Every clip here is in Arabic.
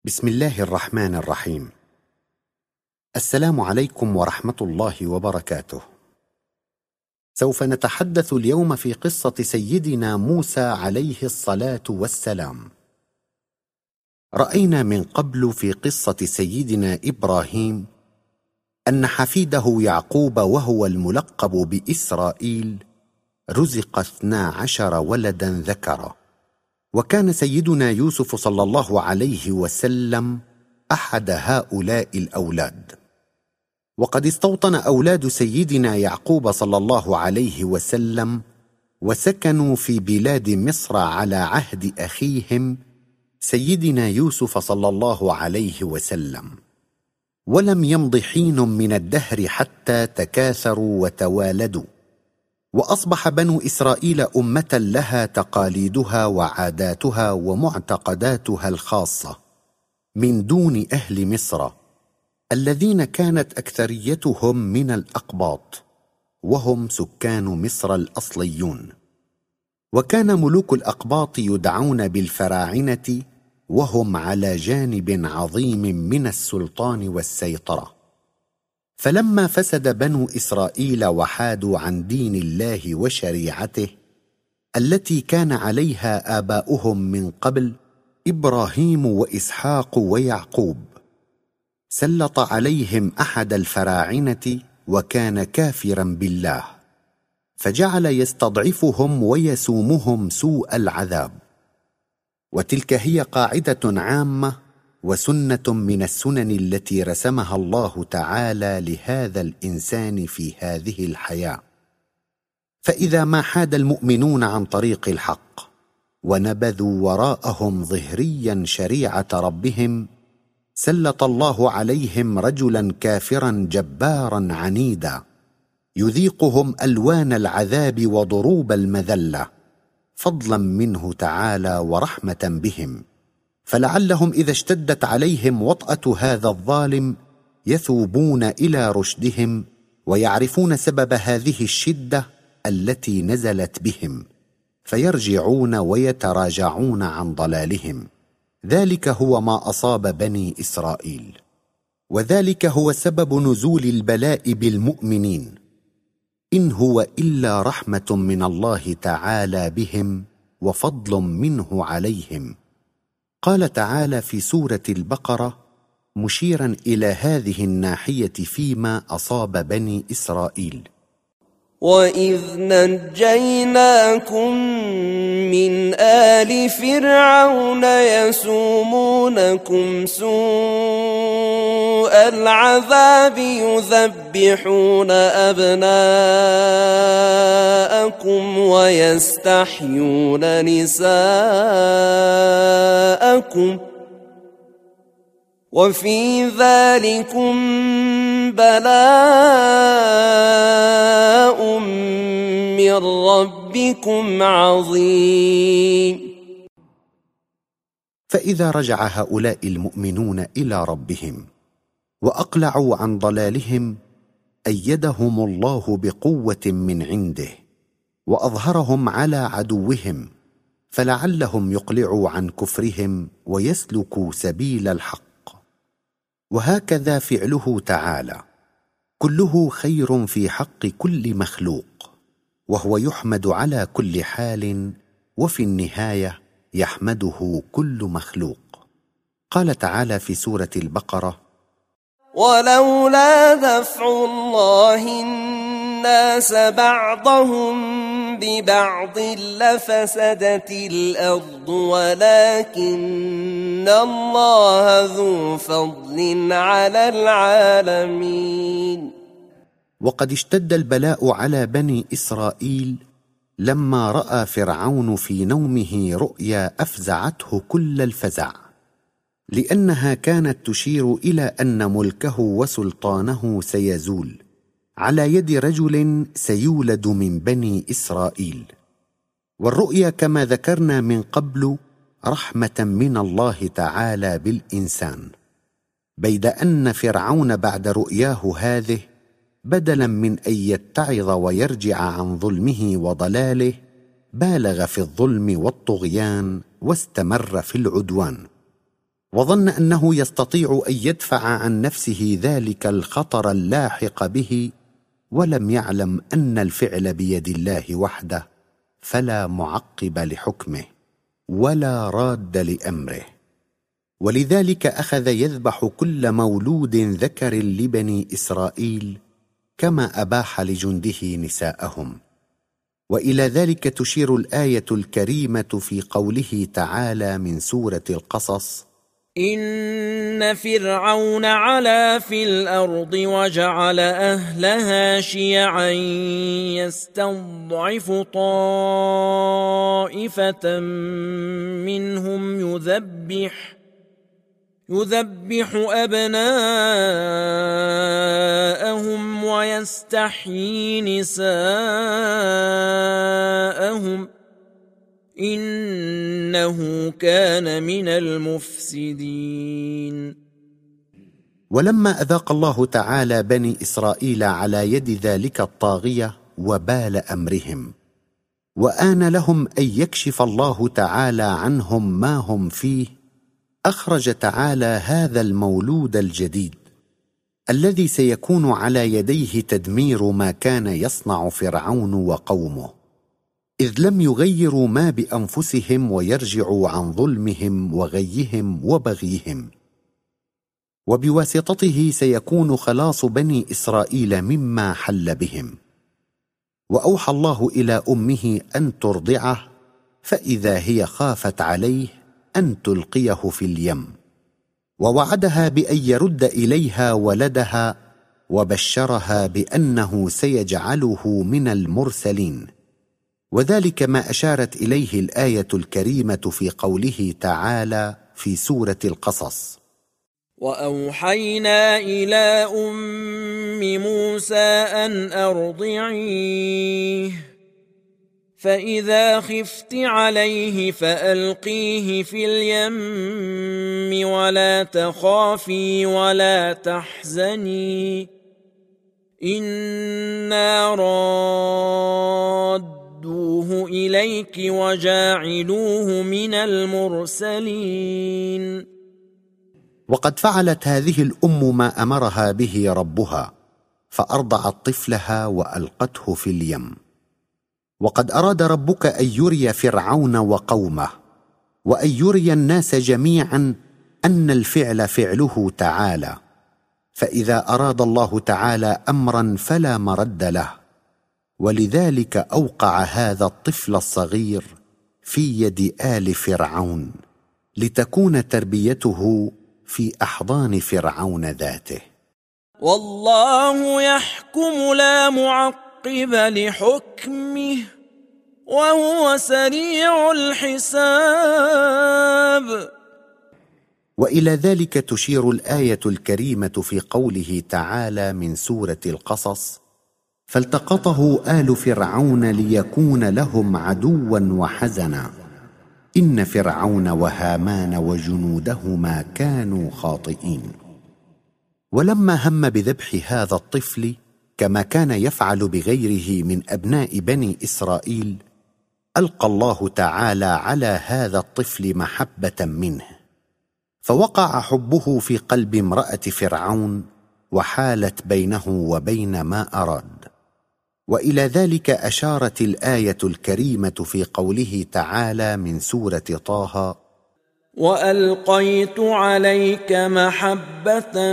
بسم الله الرحمن الرحيم. السلام عليكم ورحمة الله وبركاته. سوف نتحدث اليوم في قصة سيدنا موسى عليه الصلاة والسلام. رأينا من قبل في قصة سيدنا إبراهيم أن حفيده يعقوب وهو الملقب بإسرائيل رزق 12 ولدا ذكرا، وكان سيدنا يوسف صلى الله عليه وسلم أحد هؤلاء الأولاد. وقد استوطن أولاد سيدنا يعقوب صلى الله عليه وسلم وسكنوا في بلاد مصر على عهد أخيهم سيدنا يوسف صلى الله عليه وسلم، ولم يمض حين من الدهر حتى تكاثروا وتوالدوا، وأصبح بنو إسرائيل أمة لها تقاليدها وعاداتها ومعتقداتها الخاصة من دون أهل مصر الذين كانت أكثريتهم من الأقباط، وهم سكان مصر الأصليون. وكان ملوك الأقباط يدعون بالفراعنة، وهم على جانب عظيم من السلطان والسيطرة. فلما فسد بنو إسرائيل وحادوا عن دين الله وشريعته التي كان عليها آباؤهم من قبل إبراهيم وإسحاق ويعقوب، سلط عليهم أحد الفراعنة وكان كافرا بالله، فجعل يستضعفهم ويسومهم سوء العذاب. وتلك هي قاعدة عامة وسنة من السنن التي رسمها الله تعالى لهذا الإنسان في هذه الحياة. فإذا ما حاد المؤمنون عن طريق الحق ونبذوا وراءهم ظهريا شريعة ربهم، سلط الله عليهم رجلا كافرا جبارا عنيدا يذيقهم ألوان العذاب وضروب المذلة، فضلا منه تعالى ورحمة بهم، فلعلهم إذا اشتدت عليهم وطأة هذا الظالم يثوبون إلى رشدهم ويعرفون سبب هذه الشدة التي نزلت بهم، فيرجعون ويتراجعون عن ضلالهم. ذلك هو ما أصاب بني إسرائيل، وذلك هو سبب نزول البلاء بالمؤمنين، إن هو إلا رحمة من الله تعالى بهم وفضل منه عليهم. قال تعالى في سورة البقرة مشيرا إلى هذه الناحية فيما أصاب بني إسرائيل: وَإِذْ نَجَّيْنَاكُمْ مِنْ آلِ فِرْعَوْنَ يَسُومُونَكُمْ سُوءَ الْعَذَابِ يُذَبِّحُونَ أَبْنَاءَكُمْ وَيَسْتَحْيُونَ نِسَاءَكُمْ وَفِي ذَلِكُمْ بلاء من ربكم عظيم. فإذا رجع هؤلاء المؤمنون إلى ربهم وأقلعوا عن ضلالهم، أيدهم الله بقوة من عنده وأظهرهم على عدوهم، فلعلهم يقلعوا عن كفرهم ويسلكوا سبيل الحق. وهكذا فعله تعالى كله خير في حق كل مخلوق، وهو يحمد على كل حال، وفي النهاية يحمده كل مخلوق. قال تعالى في سورة البقرة: ولولا دفع الله الناس بعضهم ببعض لفسدت الأرض ولكن الله ذو فضل على العالمين. وقد اشتد البلاء على بني إسرائيل لما رأى فرعون في نومه رؤيا أفزعته كل الفزع، لأنها كانت تشير إلى أن ملكه وسلطانه سيزول على يد رجل سيولد من بني إسرائيل. والرؤيا كما ذكرنا من قبل رحمة من الله تعالى بالإنسان، بيد أن فرعون بعد رؤياه هذه بدلا من أن يتعظ ويرجع عن ظلمه وضلاله بالغ في الظلم والطغيان واستمر في العدوان. وظن أنه يستطيع أن يدفع عن نفسه ذلك الخطر اللاحق به، ولم يعلم أن الفعل بيد الله وحده، فلا معقب لحكمه ولا راد لأمره. ولذلك أخذ يذبح كل مولود ذكر لبني إسرائيل، كما أباح لجنده نساءهم. وإلى ذلك تشير الآية الكريمة في قوله تعالى من سورة القصص: إن فرعون علا في الأرض وجعل أهلها شيعا يستضعف طائفة منهم يذبح أبناءهم ويستحيي نساءهم إنه كان من المفسدين. ولما أذاق الله تعالى بني إسرائيل على يد ذلك الطاغية وبال أمرهم، وآن لهم أن يكشف الله تعالى عنهم ما هم فيه، أخرج تعالى هذا المولود الجديد الذي سيكون على يديه تدمير ما كان يصنع فرعون وقومه، إذ لم يغيروا ما بأنفسهم ويرجعوا عن ظلمهم وغيهم وبغيهم. وبواسطته سيكون خلاص بني إسرائيل مما حل بهم. وأوحى الله إلى أمه أن ترضعه، فإذا هي خافت عليه أن تلقيه في اليم، ووعدها بأن يرد إليها ولدها، وبشرها بأنه سيجعله من المرسلين. وذلك ما أشارت إليه الآية الكريمة في قوله تعالى في سورة القصص: وأوحينا إلى أم موسى أن أرضعيه، فإذا خفت عليه فألقيه في اليم ولا تخافي ولا تحزني إنا رادوه إليك وجاعلوه من المرسلين. وقد فعلت هذه الأم ما أمرها به ربها، فأرضعت طفلها وألقته في اليم. وقد أراد ربك أن يري فرعون وقومه، وأن يري الناس جميعا أن الفعل فعله تعالى، فإذا أراد الله تعالى أمرا فلا مرد له، ولذلك أوقع هذا الطفل الصغير في يد آل فرعون، لتكون تربيته في أحضان فرعون ذاته. والله يحكم لا معقب لحكمه وهو سريع الحساب. وإلى ذلك تشير الآية الكريمة في قوله تعالى من سورة القصص: فالتقطه آل فرعون ليكون لهم عدوا وحزنا إن فرعون وهامان وجنودهما كانوا خاطئين. ولما هم بذبح هذا الطفل كما كان يفعل بغيره من أبناء بني إسرائيل، ألقى الله تعالى على هذا الطفل محبة منه، فوقع حبه في قلب امرأة فرعون، وحالت بينه وبين ما أراد. وإلى ذلك أشارت الآية الكريمة في قوله تعالى من سورة طه: وألقيت عليك محبة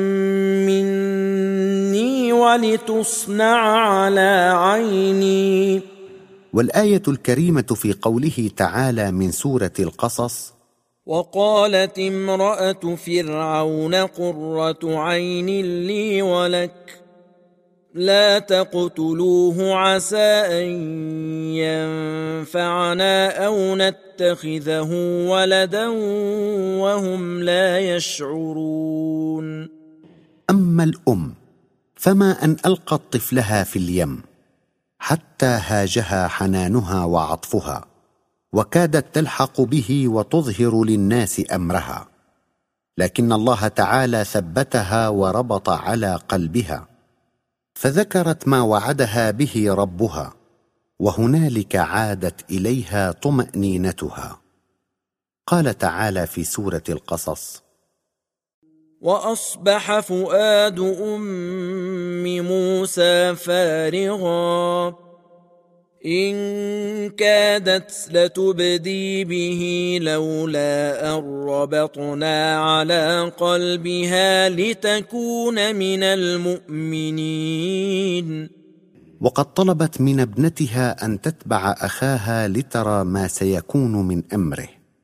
مني ولتصنع على عيني. والآية الكريمة في قوله تعالى من سورة القصص: وقالت امرأة فرعون قرة عين لي ولك لا تقتلوه عسى أن ينفعنا أو نتخذه ولدا وهم لا يشعرون. أما الأم فما أن ألقت طفلها في اليم حتى هاجها حنانها وعطفها، وكادت تلحق به وتظهر للناس أمرها، لكن الله تعالى ثبتها وربط على قلبها، فذكرت ما وعدها به ربها، وهنالك عادت إليها طمأنينتها. قال تعالى في سورة القصص: وأصبح فؤاد أم موسى فارغا إن كادت لتبدي به لولا أن ربطنا على قلبها لتكون من المؤمنين. وقد طلبت من ابنتها أن تتبع أخاها لترى ما سيكون من أمره.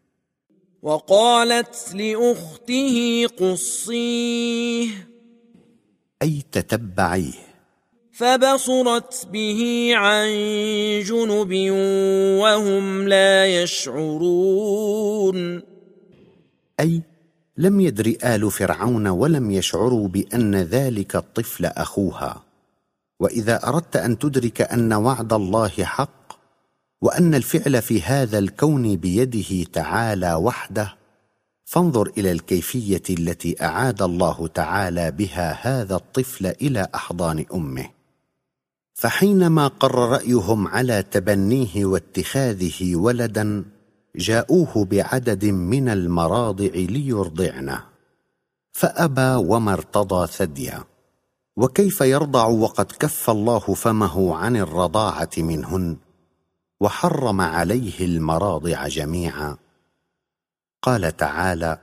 وقالت لأخته قصيه أي تتبعيه. فبصرت به عن جنب وهم لا يشعرون. أي لم يدر آل فرعون ولم يشعروا بأن ذلك الطفل أخوها. وإذا أردت أن تدرك أن وعد الله حق وأن الفعل في هذا الكون بيده تعالى وحده، فانظر إلى الكيفية التي أعاد الله تعالى بها هذا الطفل إلى أحضان أمه. فحينما قر رأيهم على تبنيه واتخاذه ولدا، جاءوه بعدد من المراضع ليرضعنه، فأبى وما ارتضى ثديا. وكيف يرضع وقد كف الله فمه عن الرضاعة منهن وحرم عليه المراضع جميعا؟ قال تعالى: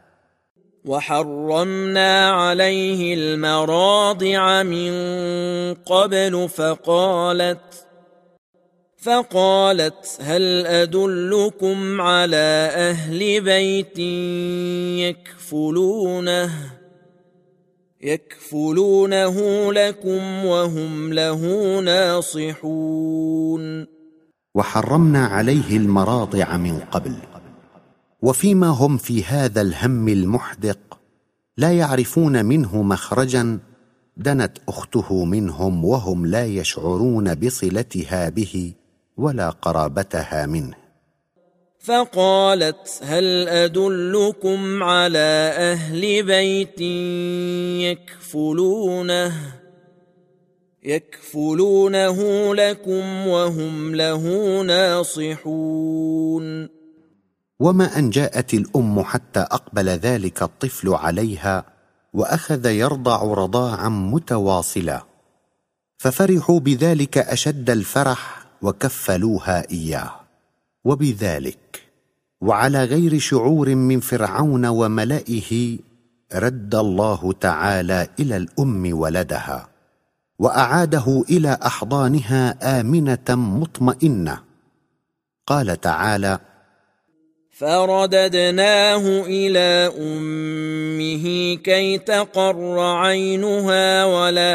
وحرمنا عليه المراضع من قبل فقالت هل أدلكم على أهل بيت يكفلونه لكم وهم له ناصحون. وحرمنا عليه المراضع من قبل. وفيما هم في هذا الهم المحدق لا يعرفون منه مخرجا، دنت أخته منهم وهم لا يشعرون بصلتها به ولا قرابتها منه. فقالت هل أدلكم على أهل بيت يكفلونه لكم وهم له ناصحون. وما أن جاءت الأم حتى أقبل ذلك الطفل عليها وأخذ يرضع رضاعا متواصلا، ففرحوا بذلك أشد الفرح وكفلوها إياه. وبذلك وعلى غير شعور من فرعون وملئه رد الله تعالى إلى الأم ولدها وأعاده إلى أحضانها آمنة مطمئنة. قال تعالى: فرددناه إلى أمه كي تقر عينها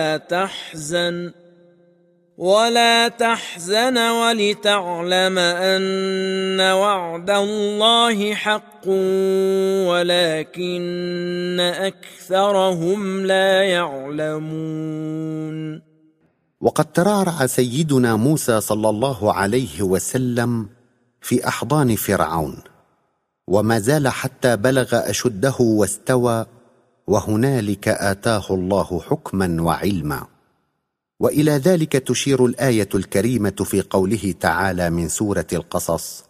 ولا تحزن ولتعلم أن وعد الله حق ولكن أكثرهم لا يعلمون. وقد ترعرع سيدنا موسى صلى الله عليه وسلم في أحضان فرعون، وما زال حتى بلغ أشده واستوى، وهنالك آتاه الله حكما وعلما. وإلى ذلك تشير الآية الكريمة في قوله تعالى من سورة القصص: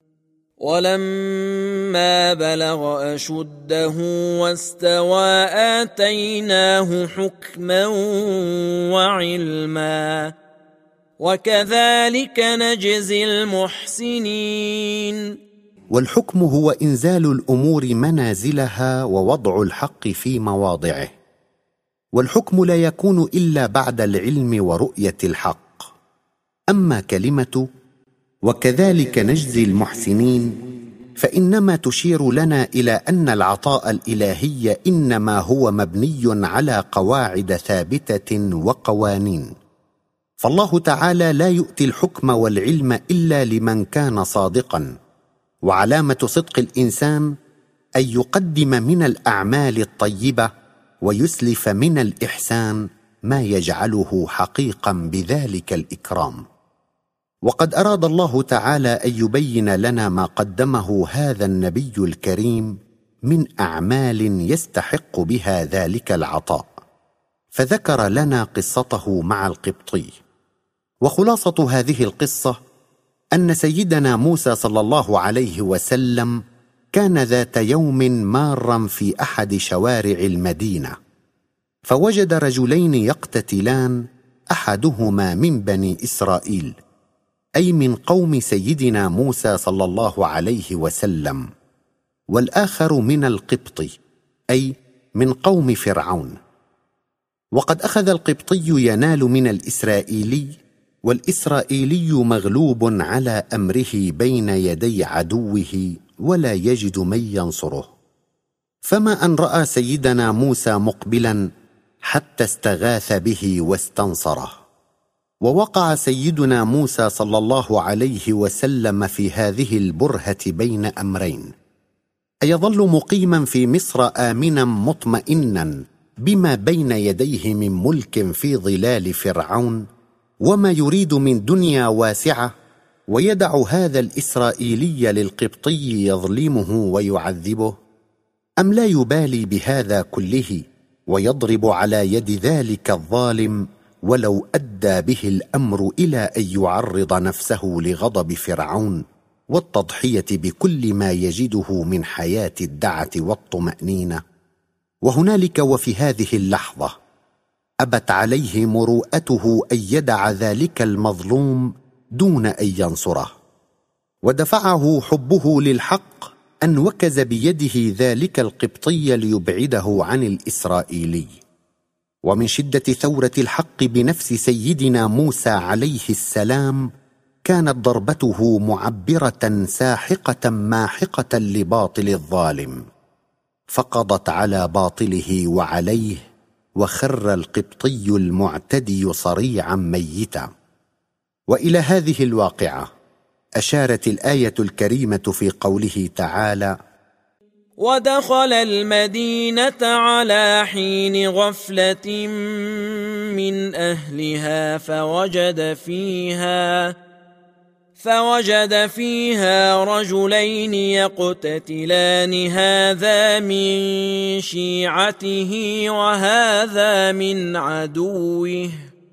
ولما بلغ أشده واستوى آتيناه حكما وعلما وكذلك نجزي المحسنين. والحكم هو إنزال الأمور منازلها ووضع الحق في مواضعه، والحكم لا يكون إلا بعد العلم ورؤية الحق. أما كلمة وكذلك نجزي المحسنين فإنما تشير لنا إلى أن العطاء الإلهي إنما هو مبني على قواعد ثابتة وقوانين، فالله تعالى لا يؤتي الحكم والعلم إلا لمن كان صادقا. وعلامة صدق الإنسان أن يقدم من الأعمال الطيبة ويسلف من الإحسان ما يجعله حقيقا بذلك الإكرام. وقد أراد الله تعالى أن يبين لنا ما قدمه هذا النبي الكريم من أعمال يستحق بها ذلك العطاء، فذكر لنا قصته مع القبطي. وخلاصة هذه القصة أن سيدنا موسى صلى الله عليه وسلم كان ذات يوم مارا في أحد شوارع المدينة، فوجد رجلين يقتتلان، أحدهما من بني إسرائيل، أي من قوم سيدنا موسى صلى الله عليه وسلم، والآخر من القبط، أي من قوم فرعون. وقد أخذ القبطي ينال من الإسرائيلي، والإسرائيلي مغلوب على أمره بين يدي عدوه ولا يجد من ينصره. فما أن رأى سيدنا موسى مقبلا حتى استغاث به واستنصره. ووقع سيدنا موسى صلى الله عليه وسلم في هذه البرهة بين أمرين: أيظل مقيما في مصر آمنا مطمئنا بما بين يديه من ملك في ظلال فرعون وما يريد من دنيا واسعة، ويدع هذا الإسرائيلي للقبطي يظلمه ويعذبه، أم لا يبالي بهذا كله ويضرب على يد ذلك الظالم ولو أدى به الأمر إلى أن يعرض نفسه لغضب فرعون والتضحية بكل ما يجده من حياة الدعة والطمأنينة؟ وهنالك وفي هذه اللحظة أبت عليه مروءته أن يدع ذلك المظلوم دون أن ينصره، ودفعه حبه للحق أن وكز بيده ذلك القبطي ليبعده عن الإسرائيلي. ومن شدة ثورة الحق بنفس سيدنا موسى عليه السلام كانت ضربته معبرة ساحقة ماحقة لباطل الظالم، فقضت على باطله وعليه، وخر القبطي المعتدي صريعا ميتا. وإلى هذه الواقعة أشارت الآية الكريمة في قوله تعالى: ودخل المدينة على حين غفلة من أهلها فوجد فيها رجلين يقتتلان، هذا من شيعته وهذا من عدوه،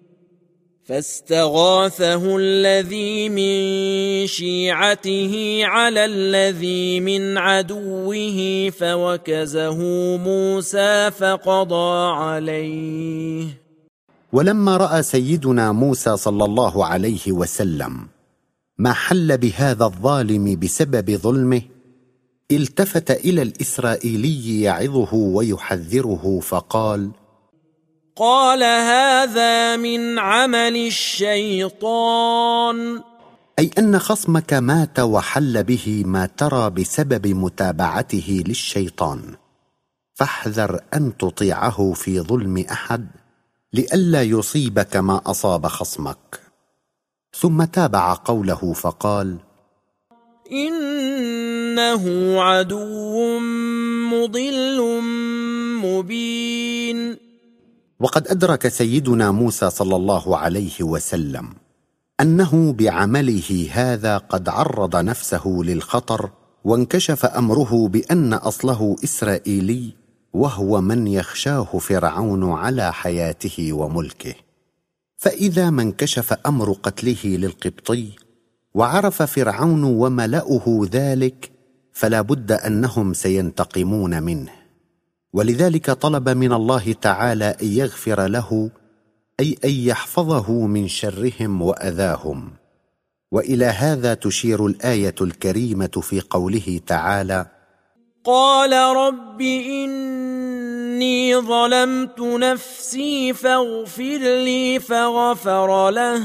فاستغاثه الذي من شيعته على الذي من عدوه فوكزه موسى فقضى عليه. ولما رأى سيدنا موسى صلى الله عليه وسلم ما حل بهذا الظالم بسبب ظلمه، التفت إلى الإسرائيلي يعظه ويحذره فقال: قال هذا من عمل الشيطان، أي أن خصمك مات وحل به ما ترى بسبب متابعته للشيطان، فاحذر أن تطيعه في ظلم أحد لئلا يصيبك ما أصاب خصمك. ثم تابع قوله فقال: إنه عدو مضل مبين. وقد أدرك سيدنا موسى صلى الله عليه وسلم أنه بعمله هذا قد عرض نفسه للخطر، وانكشف أمره بأن أصله إسرائيلي، وهو من يخشاه فرعون على حياته وملكه. فإذا ما انكشف أمر قتله للقبطي وعرف فرعون وملأه ذلك، فلا بد أنهم سينتقمون منه، ولذلك طلب من الله تعالى أن يغفر له، أي أن يحفظه من شرهم وأذاهم. وإلى هذا تشير الآية الكريمة في قوله تعالى: قال رب إني ظلمت نفسي فاغفر لي، فغفر له،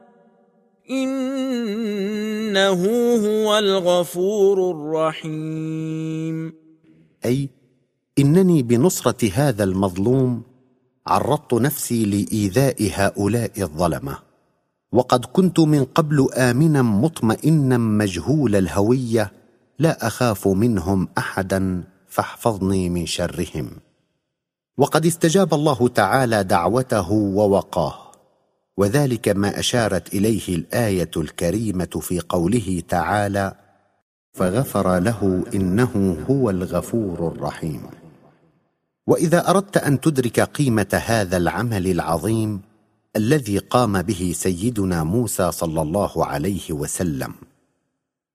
إنه هو الغفور الرحيم. أي إنني بنصرة هذا المظلوم عرضت نفسي لإيذاء هؤلاء الظلمة، وقد كنت من قبل آمنا مطمئنا مجهول الهوية، لا أخاف منهم أحدا، فاحفظني من شرهم. وقد استجاب الله تعالى دعوته ووقاه، وذلك ما أشارت إليه الآية الكريمة في قوله تعالى: فغفر له إنه هو الغفور الرحيم. وإذا أردت أن تدرك قيمة هذا العمل العظيم الذي قام به سيدنا موسى صلى الله عليه وسلم،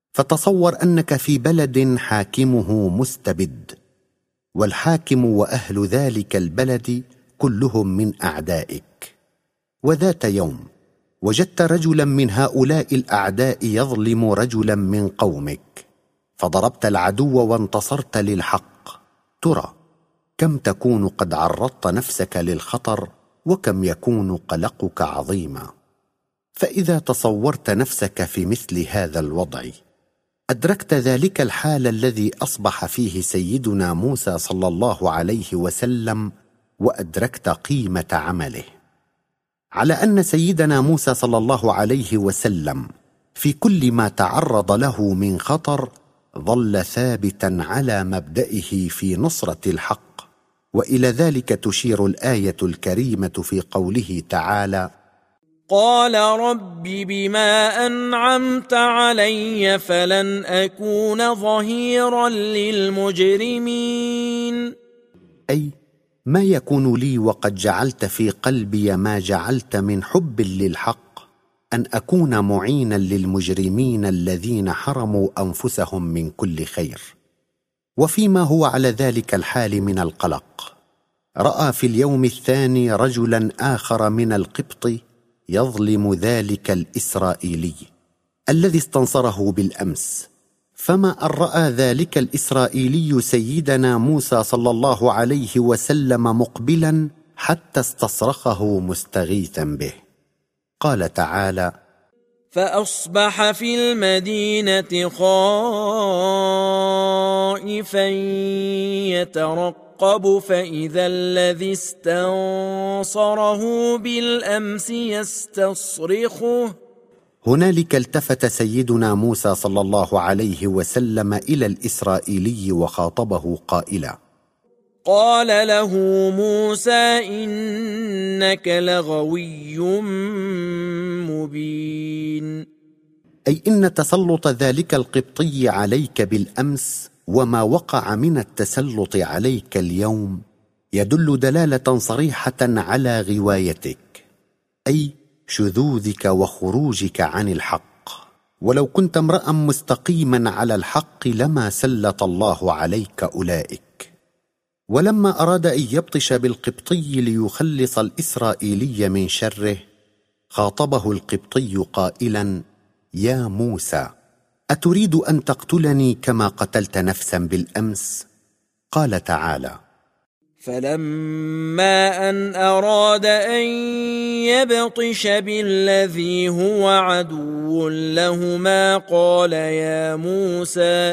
فتصور أنك في بلد حاكمه مستبد، والحاكم وأهل ذلك البلد كلهم من أعدائك. وذات يوم وجدت رجلا من هؤلاء الأعداء يظلم رجلا من قومك، فضربت العدو وانتصرت للحق. ترى كم تكون قد عرضت نفسك للخطر، وكم يكون قلقك عظيما. فإذا تصورت نفسك في مثل هذا الوضع، أدركت ذلك الحال الذي أصبح فيه سيدنا موسى صلى الله عليه وسلم، وأدركت قيمة عمله. على أن سيدنا موسى صلى الله عليه وسلم في كل ما تعرض له من خطر ظل ثابتا على مبدئه في نصرة الحق. وإلى ذلك تشير الآية الكريمة في قوله تعالى: قال رب بما أنعمت علي فلن أكون ظهيرا للمجرمين. أي ما يكون لي وقد جعلت في قلبي ما جعلت من حب للحق أن أكون معينا للمجرمين الذين حرموا أنفسهم من كل خير. وفيما هو على ذلك الحال من القلق، رأى في اليوم الثاني رجلا آخر من القبط يظلم ذلك الإسرائيلي الذي استنصره بالأمس. فما أن رأى ذلك الإسرائيلي سيدنا موسى صلى الله عليه وسلم مقبلا حتى استصرخه مستغيثا به. قال تعالى: فأصبح في المدينة خائفا يترقب فإذا الذي استنصره بالأمس يستصرخه. هنالك التفت سيدنا موسى صلى الله عليه وسلم إلى الإسرائيلي وخاطبه قائلا: قال له موسى إنك لغوي مبين. أي إن تسلط ذلك القبطي عليك بالأمس وما وقع من التسلط عليك اليوم يدل دلالة صريحة على غوايتك، أي شذوذك وخروجك عن الحق. ولو كنت امرأ مستقيما على الحق لما سلط الله عليك أولئك. ولما أراد أن يبطش بالقبطي ليخلص الإسرائيلي من شره، خاطبه القبطي قائلا: يا موسى، أتريد أن تقتلني كما قتلت نفسا بالأمس؟ قال تعالى: فلما أن أراد أن يبطش بالذي هو عدو لهما قال يا موسى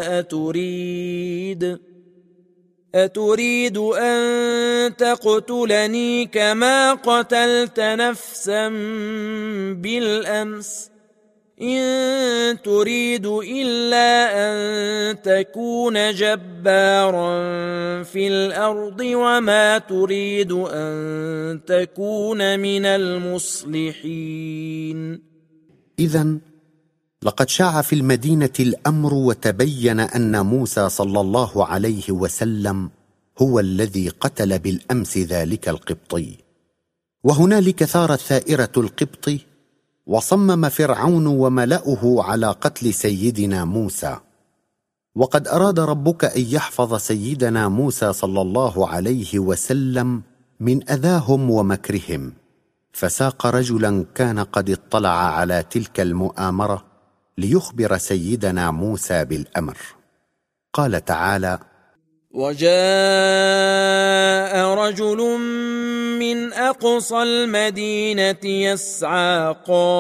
أتريد أن تقتلني كما قتلت نفسا بالأمس؟ إن تريد إلا أن تكون جبارا في الأرض وما تريد أن تكون من المصلحين. إذن لقد شاع في المدينة الأمر، وتبين أن موسى صلى الله عليه وسلم هو الذي قتل بالأمس ذلك القبطي. وهنالك ثارت ثائرة القبط، وصمم فرعون وملأه على قتل سيدنا موسى. وقد أراد ربك أن يحفظ سيدنا موسى صلى الله عليه وسلم من أذاهم ومكرهم، فساق رجلا كان قد اطلع على تلك المؤامرة ليخبر سيدنا موسى بالأمر. قال تعالى: وجاء رجل من أقصى المدينة يسعى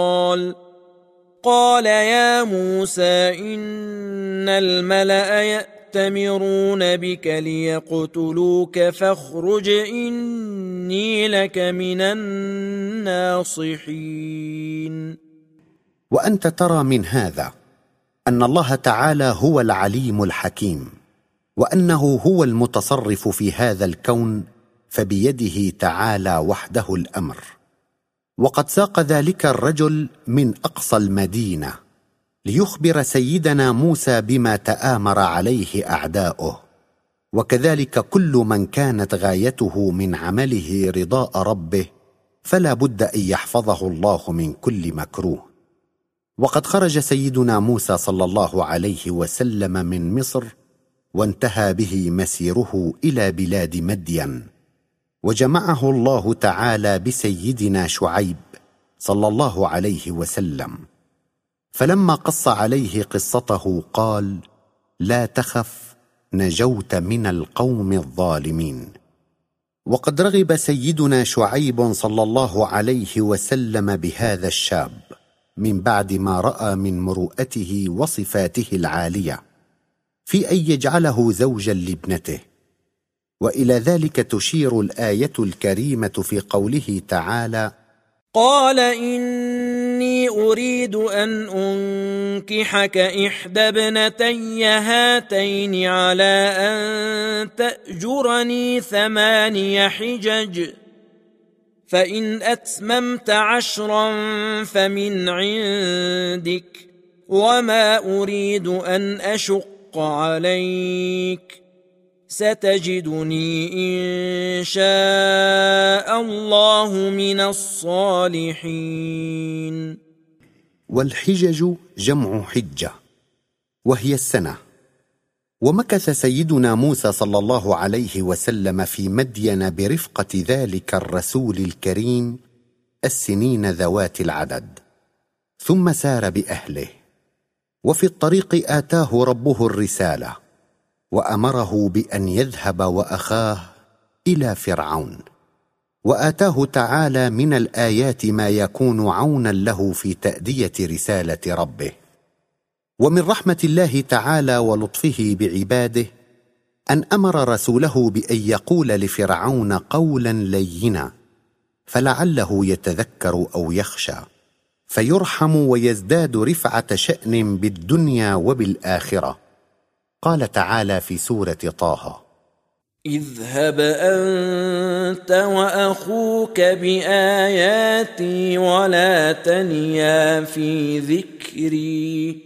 قال يا موسى إن الملأ يأتمرون بك ليقتلوك فاخرج إني لك من الناصحين. وأنت ترى من هذا أن الله تعالى هو العليم الحكيم، وأنه هو المتصرف في هذا الكون، فبيده تعالى وحده الأمر. وقد ساق ذلك الرجل من أقصى المدينة ليخبر سيدنا موسى بما تآمر عليه أعداؤه، وكذلك كل من كانت غايته من عمله رضاء ربه فلا بد أن يحفظه الله من كل مكروه. وقد خرج سيدنا موسى صلى الله عليه وسلم من مصر، وانتهى به مسيره إلى بلاد مدين، وجمعه الله تعالى بسيدنا شعيب صلى الله عليه وسلم. فلما قص عليه قصته قال: لا تخف، نجوت من القوم الظالمين. وقد رغب سيدنا شعيب صلى الله عليه وسلم بهذا الشاب من بعد ما رأى من مروءته وصفاته العالية في أن يجعله زوجا لابنته. وإلى ذلك تشير الآية الكريمة في قوله تعالى: قال إني أريد أن أنكحك إحدى ابنتي هاتين على أن تأجرني 8 حجج، فإن أتممت 10 فمن عندك، وما أريد أن أشق عليك، ستجدني إن شاء الله من الصالحين. والحجج جمع حجة، وهي السنة. ومكث سيدنا موسى صلى الله عليه وسلم في مدين برفقة ذلك الرسول الكريم السنين ذوات العدد، ثم سار بأهله. وفي الطريق آتاه ربه الرسالة، وأمره بأن يذهب وأخاه إلى فرعون، وآتاه تعالى من الآيات ما يكون عونا له في تأدية رسالة ربه. ومن رحمة الله تعالى ولطفه بعباده أن أمر رسوله بأن يقول لفرعون قولا لينا، فلعله يتذكر أو يخشى فيرحم ويزداد رفعة شأن بالدنيا وبالآخرة. قال تعالى في سورة طه: اذهب أنت وأخوك بآياتي ولا تنيا في ذكري،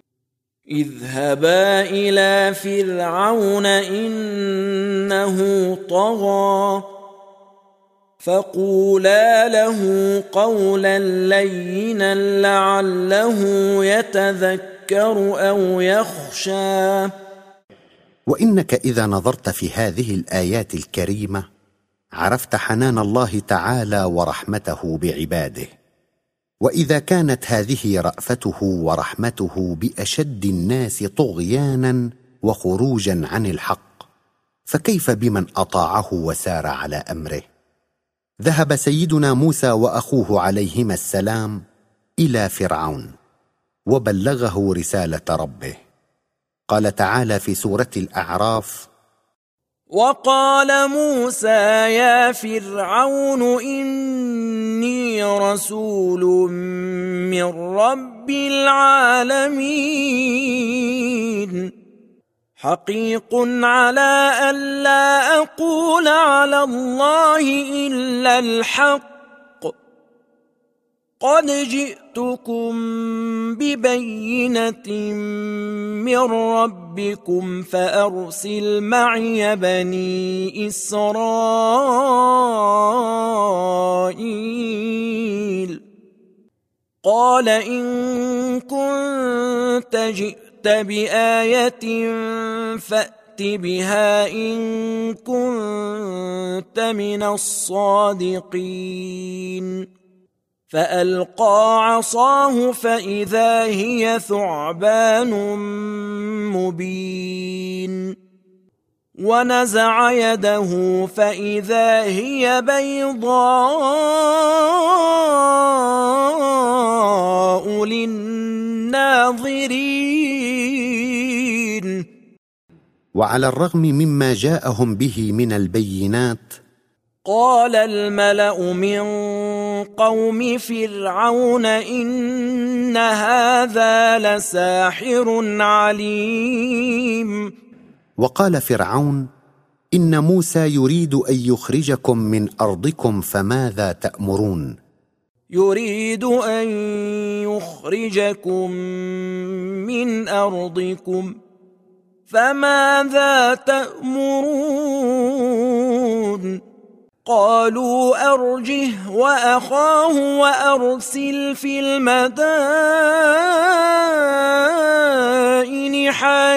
اذهبا إلى فرعون إنه طغى، فقولا له قولا لينا لعله يتذكر أو يخشى. وإنك إذا نظرت في هذه الآيات الكريمة عرفت حنان الله تعالى ورحمته بعباده. وإذا كانت هذه رأفته ورحمته بأشد الناس طغيانا وخروجا عن الحق، فكيف بمن أطاعه وسار على أمره؟ ذهب سيدنا موسى وأخوه عليهما السلام إلى فرعون وبلغه رسالة ربه. قال تعالى في سورة الأعراف: وقال موسى يا فرعون إني رسول من رب العالمين، حقيق على ألا أقول على الله إلا الحق، قد جئتكم ببينة من ربكم فأرسل معي بني إسرائيل. قال إن كنت جئت بآية فأت بها إن كنت من الصادقين. فألقى عصاه فإذا هي ثعبان مبين، ونزع يده فإذا هي بيضاء للناظرين. وعلى الرغم مما جاءهم به من البينات، قال الملأ من قوم فرعون إن هذا لساحر عليم. وقال فرعون إن موسى يريد أن يخرجكم من أرضكم فماذا تأمرون؟ يريد أن يخرجكم من أرضكم فماذا تأمرون؟ قالوا أرجه وأخاه وأرسل في المدائن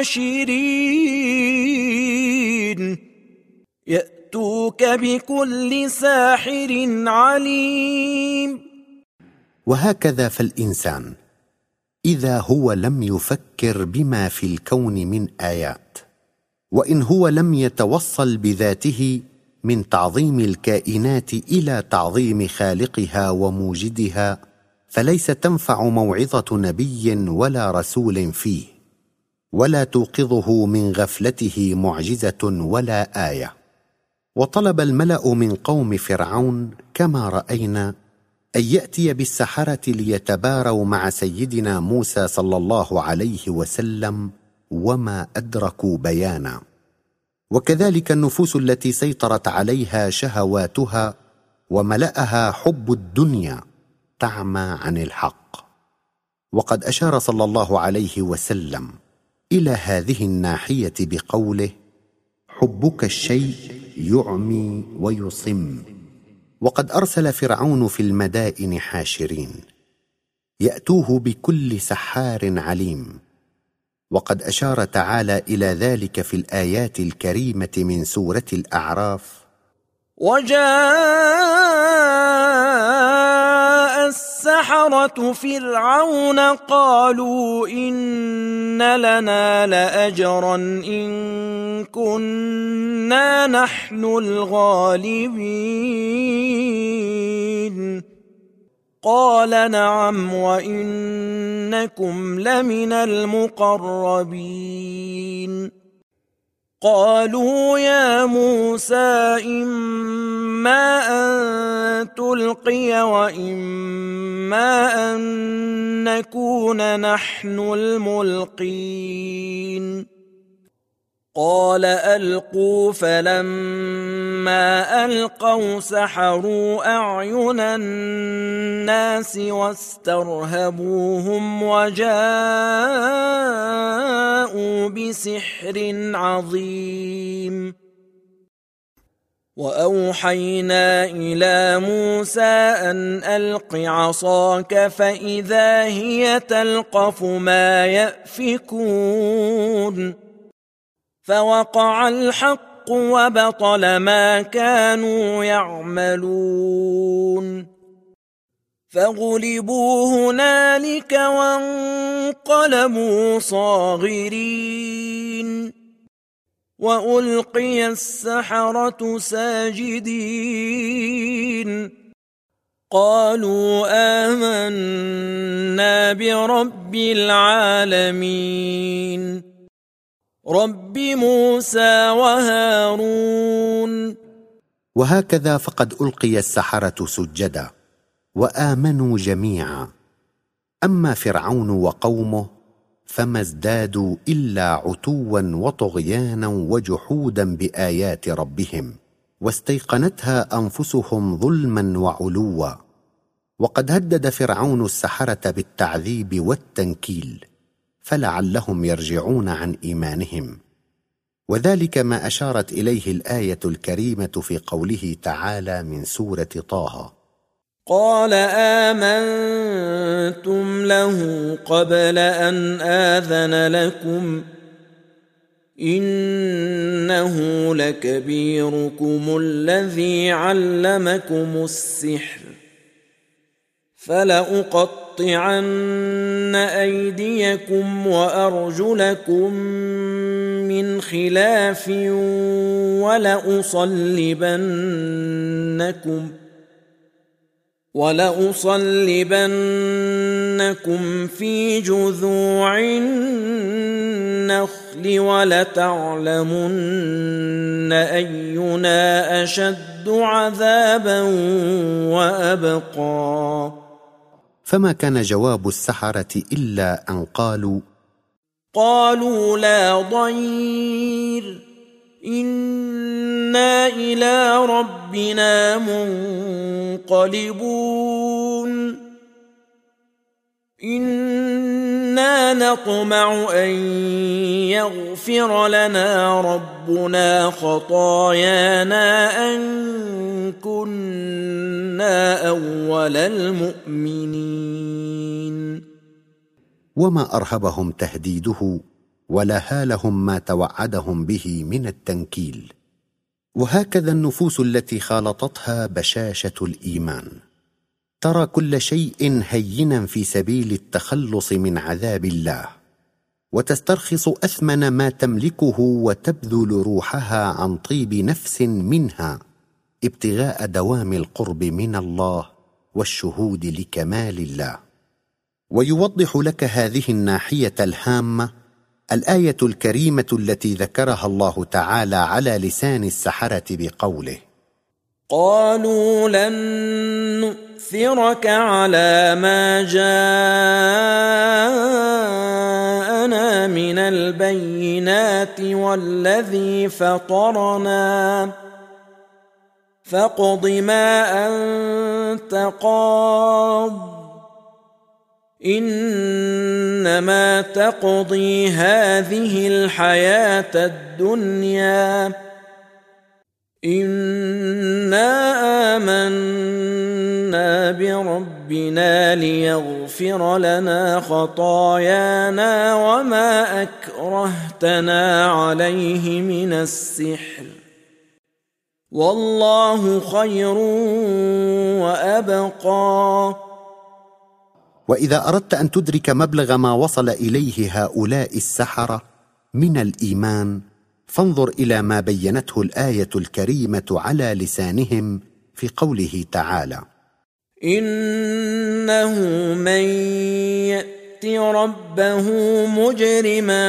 حاشرين يأتوك بكل ساحر عليم. وهكذا فالإنسان إذا هو لم يفكر بما في الكون من آيات، وإن هو لم يتوصل بذاته من تعظيم الكائنات إلى تعظيم خالقها وموجدها، فليس تنفع موعظة نبي ولا رسول فيه، ولا توقظه من غفلته معجزة ولا آية. وطلب الملأ من قوم فرعون كما رأينا أن يأتي بالسحرة ليتباروا مع سيدنا موسى صلى الله عليه وسلم، وما أدركوا بيانا. وكذلك النفوس التي سيطرت عليها شهواتها وملأها حب الدنيا تعمى عن الحق. وقد أشار صلى الله عليه وسلم إلى هذه الناحية بقوله: حبك الشيء يعمي ويصم. وقد أرسل فرعون في المدائن حاشرين يأتوه بكل سحار عليم. وقد أشار تعالى إلى ذلك في الآيات الكريمة من سورة الأعراف: وجاء السحرة فرعون قالوا إن لنا لأجرا إن كنا نحن الغالبين. قال نعم وإنكم لمن المقربين. قالوا يا موسى إما أن تلقي وإما أن نكون نحن الملقين. قال ألقوا. فلما ألقوا سحروا أعين الناس واسترهبوهم وجاءوا بسحر عظيم. وأوحينا إلى موسى أن ألق عصاك فإذا هي تلقف ما يأفكون. فوقع الحق وبطل ما كانوا يعملون. فغلبوا هنالك وانقلبوا صاغرين. وألقي السحرة ساجدين. قالوا آمنا برب العالمين رب موسى وهارون. وهكذا فقد ألقي السحرة سجدا وآمنوا جميعا. أما فرعون وقومه فما ازدادوا إلا عتوا وطغيانا وجحودا بآيات ربهم، واستيقنتها أنفسهم ظلما وعلوا. وقد هدد فرعون السحرة بالتعذيب والتنكيل، فلعلهم يرجعون عن إيمانهم. وذلك ما أشارت إليه الآية الكريمة في قوله تعالى من سورة طه: قال آمنتم له قبل أن آذن لكم إنه لكبيركم الذي علمكم السحر فلأقطعن أيديكم وأرجلكم من خلاف ولأصلبنكم في جذوع النخل ولتعلمن أينا أشد عذابا وأبقى. فما كان جواب السحرة إلا أن قالوا لا ضير إنا إلى ربنا منقلبون إنا نطمع أن يغفر لنا ربنا خطايانا أن كنا أول المؤمنين. وما أرهبهم تهديده ولا هالهم ما توعدهم به من التنكيل. وهكذا النفوس التي خالطتها بشاشة الإيمان ترى كل شيء هينا في سبيل التخلص من عذاب الله، وتسترخص أثمن ما تملكه وتبذل روحها عن طيب نفس منها ابتغاء دوام القرب من الله والشهود لكمال الله. ويوضح لك هذه الناحية الهامة الآية الكريمة التي ذكرها الله تعالى على لسان السحرة بقوله: قالوا لن نؤثرك على ما جاءنا من البينات والذي فطرنا فاقض ما أنت قاض إنما تقضي هذه الحياة الدنيا إنا آمنا بربنا ليغفر لنا خطايانا وما أكرهتنا عليه من السحر والله خير وأبقى. وإذا أردت أن تدرك مبلغ ما وصل إليه هؤلاء السحرة من الإيمان فانظر إلى ما بينته الآية الكريمة على لسانهم في قوله تعالى: إنه من يأت ربه مجرما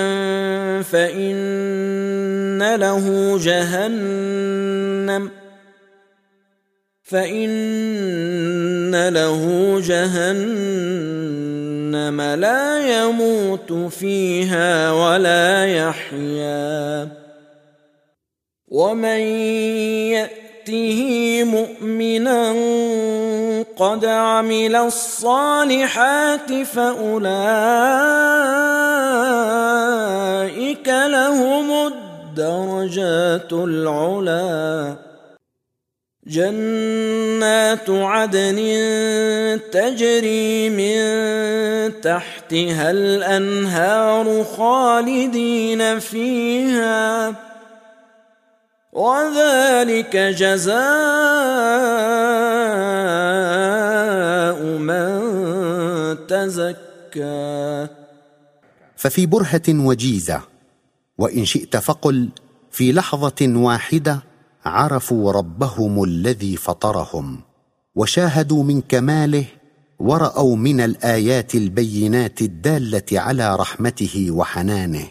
فإن له جهنم لا يموت فيها ولا يحيا ومن يأته مؤمنا قد عمل الصالحات فأولئك لهم الدرجات العلى جنات عدن تجري من تحتها الأنهار خالدين فيها وذلك جزاء من تزكى. ففي برهة وجيزة، وإن شئت فقل في لحظة واحدة، عرفوا ربهم الذي فطرهم وشاهدوا من كماله ورأوا من الآيات البينات الدالة على رحمته وحنانه،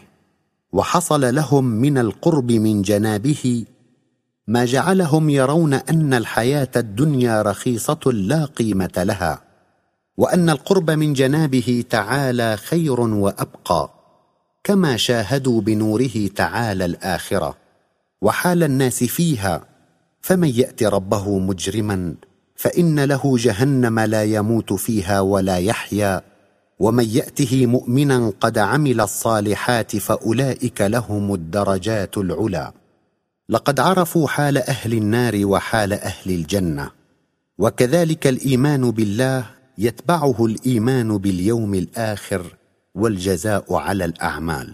وحصل لهم من القرب من جنابه ما جعلهم يرون أن الحياة الدنيا رخيصة لا قيمة لها، وأن القرب من جنابه تعالى خير وأبقى، كما شاهدوا بنوره تعالى الآخرة وحال الناس فيها. فمن يأت ربه مجرما فإن له جهنم لا يموت فيها ولا يحيا، ومن يأته مؤمنا قد عمل الصالحات فأولئك لهم الدرجات العلى. لقد عرفوا حال أهل النار وحال أهل الجنة، وكذلك الإيمان بالله يتبعه الإيمان باليوم الآخر والجزاء على الأعمال.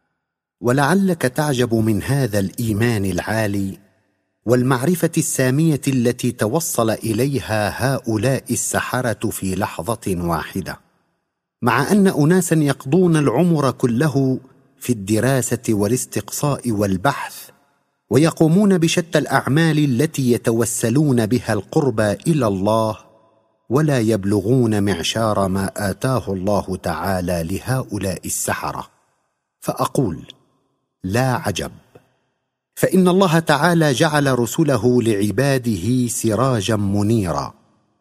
ولعلك تعجب من هذا الإيمان العالي والمعرفة السامية التي توصل إليها هؤلاء السحرة في لحظة واحدة، مع أن أناسا يقضون العمر كله في الدراسة والاستقصاء والبحث، ويقومون بشتى الأعمال التي يتوسلون بها القرب إلى الله، ولا يبلغون معشار ما آتاه الله تعالى لهؤلاء السحرة. فأقول: لا عجب، فإن الله تعالى جعل رسله لعباده سراجا منيرا،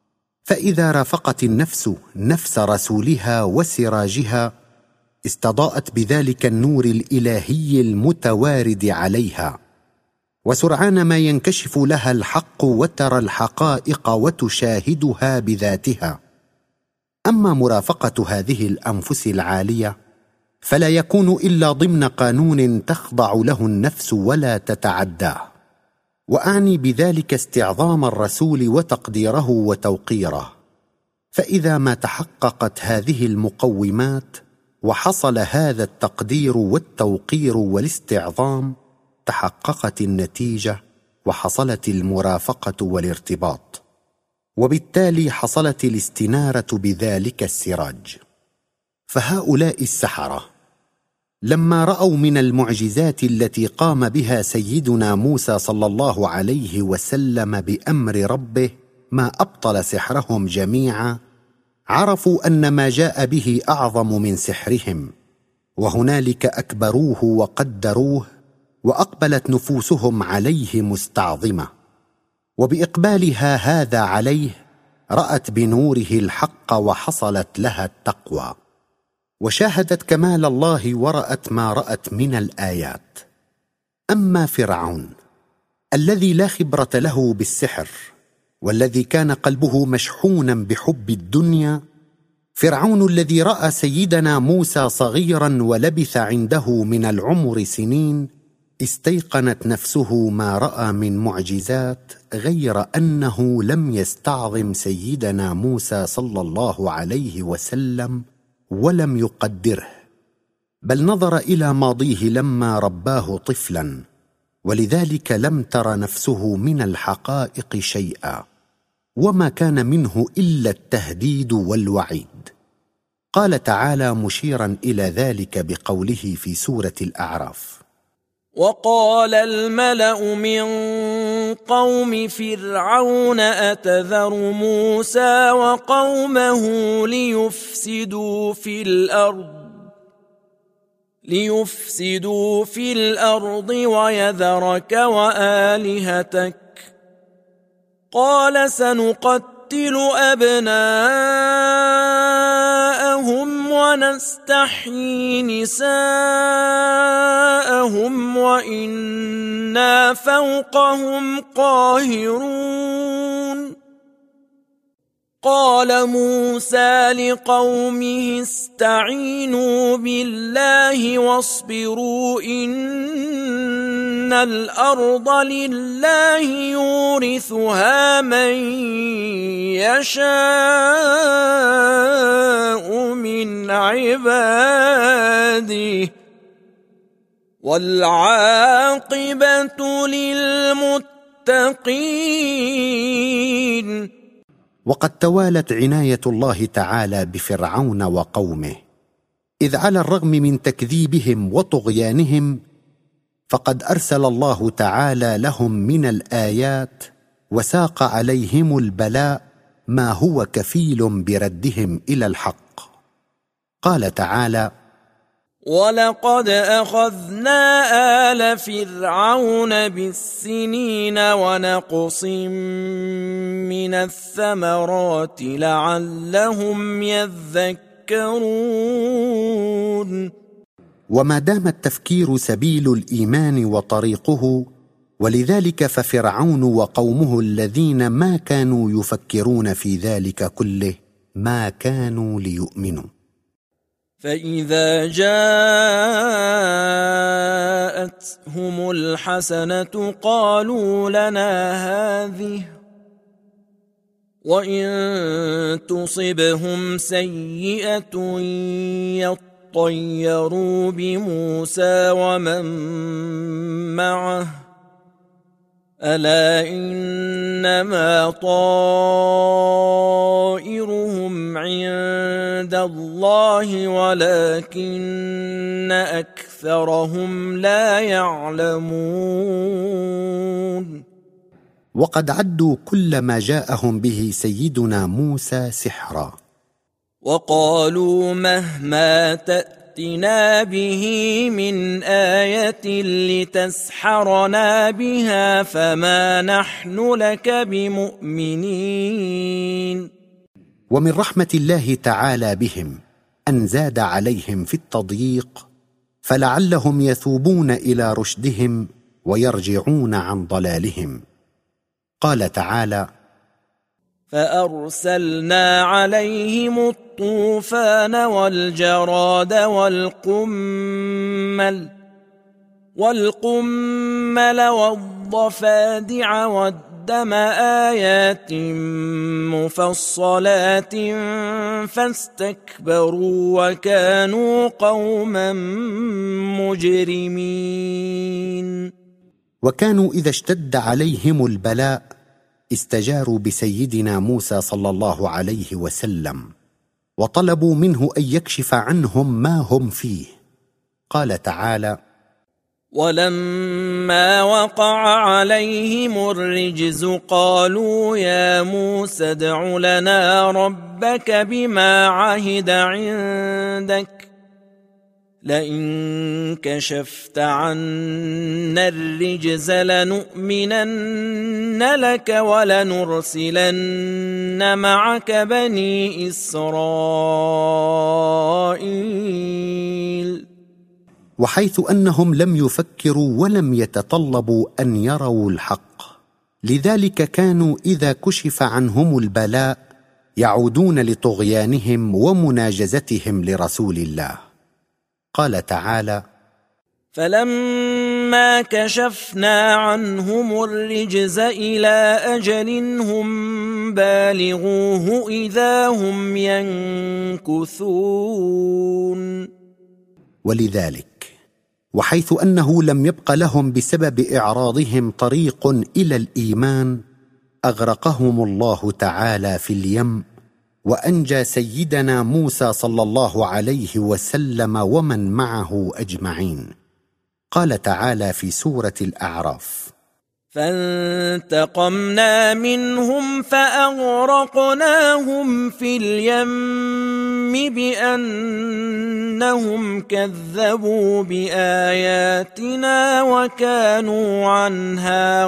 فإذا رافقت النفس نفس رسولها وسراجها استضاءت بذلك النور الإلهي المتوارد عليها، وسرعان ما ينكشف لها الحق وترى الحقائق وتشاهدها بذاتها. أما مرافقة هذه الأنفس العالية فلا يكون إلا ضمن قانون تخضع له النفس ولا تتعداه، وأعني بذلك استعظام الرسول وتقديره وتوقيره. فإذا ما تحققت هذه المقومات وحصل هذا التقدير والتوقير والاستعظام، تحققت النتيجة وحصلت المرافقة والارتباط، وبالتالي حصلت الاستنارة بذلك السراج. فهؤلاء السحرة لما رأوا من المعجزات التي قام بها سيدنا موسى صلى الله عليه وسلم بأمر ربه ما أبطل سحرهم جميعا، عرفوا أن ما جاء به أعظم من سحرهم، وهنالك أكبروه وقدروه، وأقبلت نفوسهم عليه مستعظمة، وبإقبالها هذا عليه رأت بنوره الحق وحصلت لها التقوى، وشاهدت كمال الله ورأت ما رأت من الآيات. أما فرعون الذي لا خبرة له بالسحر والذي كان قلبه مشحونا بحب الدنيا، فرعون الذي رأى سيدنا موسى صغيرا ولبث عنده من العمر سنين، استيقنت نفسه ما رأى من معجزات، غير أنه لم يستعظم سيدنا موسى صلى الله عليه وسلم ولم يقدره، بل نظر إلى ماضيه لما رباه طفلا، ولذلك لم تر نفسه من الحقائق شيئا، وما كان منه إلا التهديد والوعيد. قال تعالى مشيرا إلى ذلك بقوله في سورة الأعراف: وقال الملأ من قوم فرعون أتذر موسى وقومه ليفسدوا في الأرض ويذرك وآلهتك، قال سنقتل أبناءهم ونستحيي نساءهم وإنا فوقهم قاهرون. قال موسى لقومه استعينوا بالله واصبروا إن الأرض لله يورثها من يشاء من عباده والعاقبة للمتقين. وقد توالت عناية الله تعالى بفرعون وقومه، إذ على الرغم من تكذيبهم وطغيانهم فقد أرسل الله تعالى لهم من الآيات وساق عليهم البلاء ما هو كفيل بردهم إلى الحق. قال تعالى: ولقد أخذنا آل فرعون بالسنين ونقص من الثمرات لعلهم يذكرون. وما دام التفكير سبيل الإيمان وطريقه، ولذلك ففرعون وقومه الذين ما كانوا يفكرون في ذلك كله ما كانوا ليؤمنوا. فإذا جاءتهم الحسنة قالوا لنا هذه، وإن تصبهم سيئة يطيروا بموسى ومن معه، ألا إنما طائرهم عند الله ولكن أكثرهم لا يعلمون. وقد عدوا كل ما جاءهم به سيدنا موسى سحرا، وقالوا مهما تأتنا به من آية لتسحرنا بها فما نحن لك بمؤمنين. ومن رحمة الله تعالى بهم أن زاد عليهم في التضييق، فلعلهم يثوبون إلى رشدهم ويرجعون عن ضلالهم. قال تعالى: فأرسلنا عليهم الطوفان والجراد والقمل والضفادع والضفادع والدم آيات مفصلات فاستكبروا وكانوا قوما مجرمين. وكانوا إذا اشتد عليهم البلاء استجاروا بسيدنا موسى صلى الله عليه وسلم وطلبوا منه أن يكشف عنهم ما هم فيه. قال تعالى: ولما وقع عليهم الرجز قالوا يا موسى ادع لنا ربك بما عهد عندك لئن كشفت عنا الرجز لنؤمنن لك ولنرسلن معك بني إسرائيل. وحيث أنهم لم يفكروا ولم يتطلبوا أن يروا الحق، لذلك كانوا إذا كشف عنهم البلاء يعودون لطغيانهم ومناجزتهم لرسول الله. قال تعالى: فلما كشفنا عنهم الرجز إلى أجل هم بالغوه إذا هم ينكثون. ولذلك وحيث أنه لم يبق لهم بسبب إعراضهم طريق إلى الإيمان أغرقهم الله تعالى في اليم، وأنجى سيدنا موسى صلى الله عليه وسلم ومن معه أجمعين. قال تعالى في سورة الأعراف: فانتقمنا منهم فأغرقناهم في اليم بأنهم كذبوا بآياتنا وكانوا عنها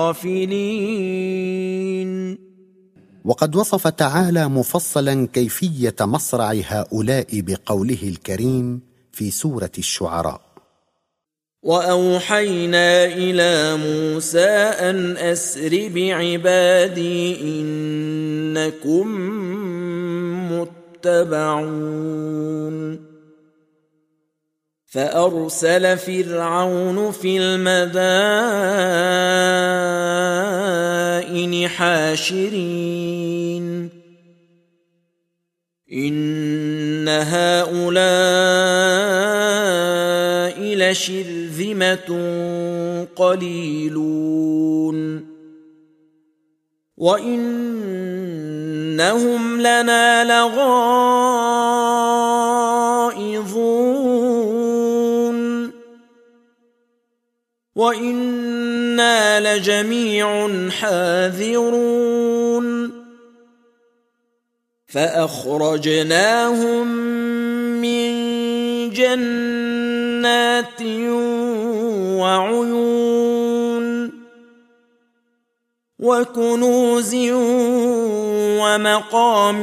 غافلين. وقد وصف تعالى مفصلا كيفية مصرع هؤلاء بقوله الكريم في سورة الشعراء: وأوحينا إلى موسى أن أسر بعبادي إنكم متبعون. فأرسل فرعون في المدائن حاشرين إن هؤلاء لشرذمة قليلون وإنهم لنا لغائظون وإنا لجميع حاذرون. فأخرجناهم من جنات وعيون وكنوز ومقام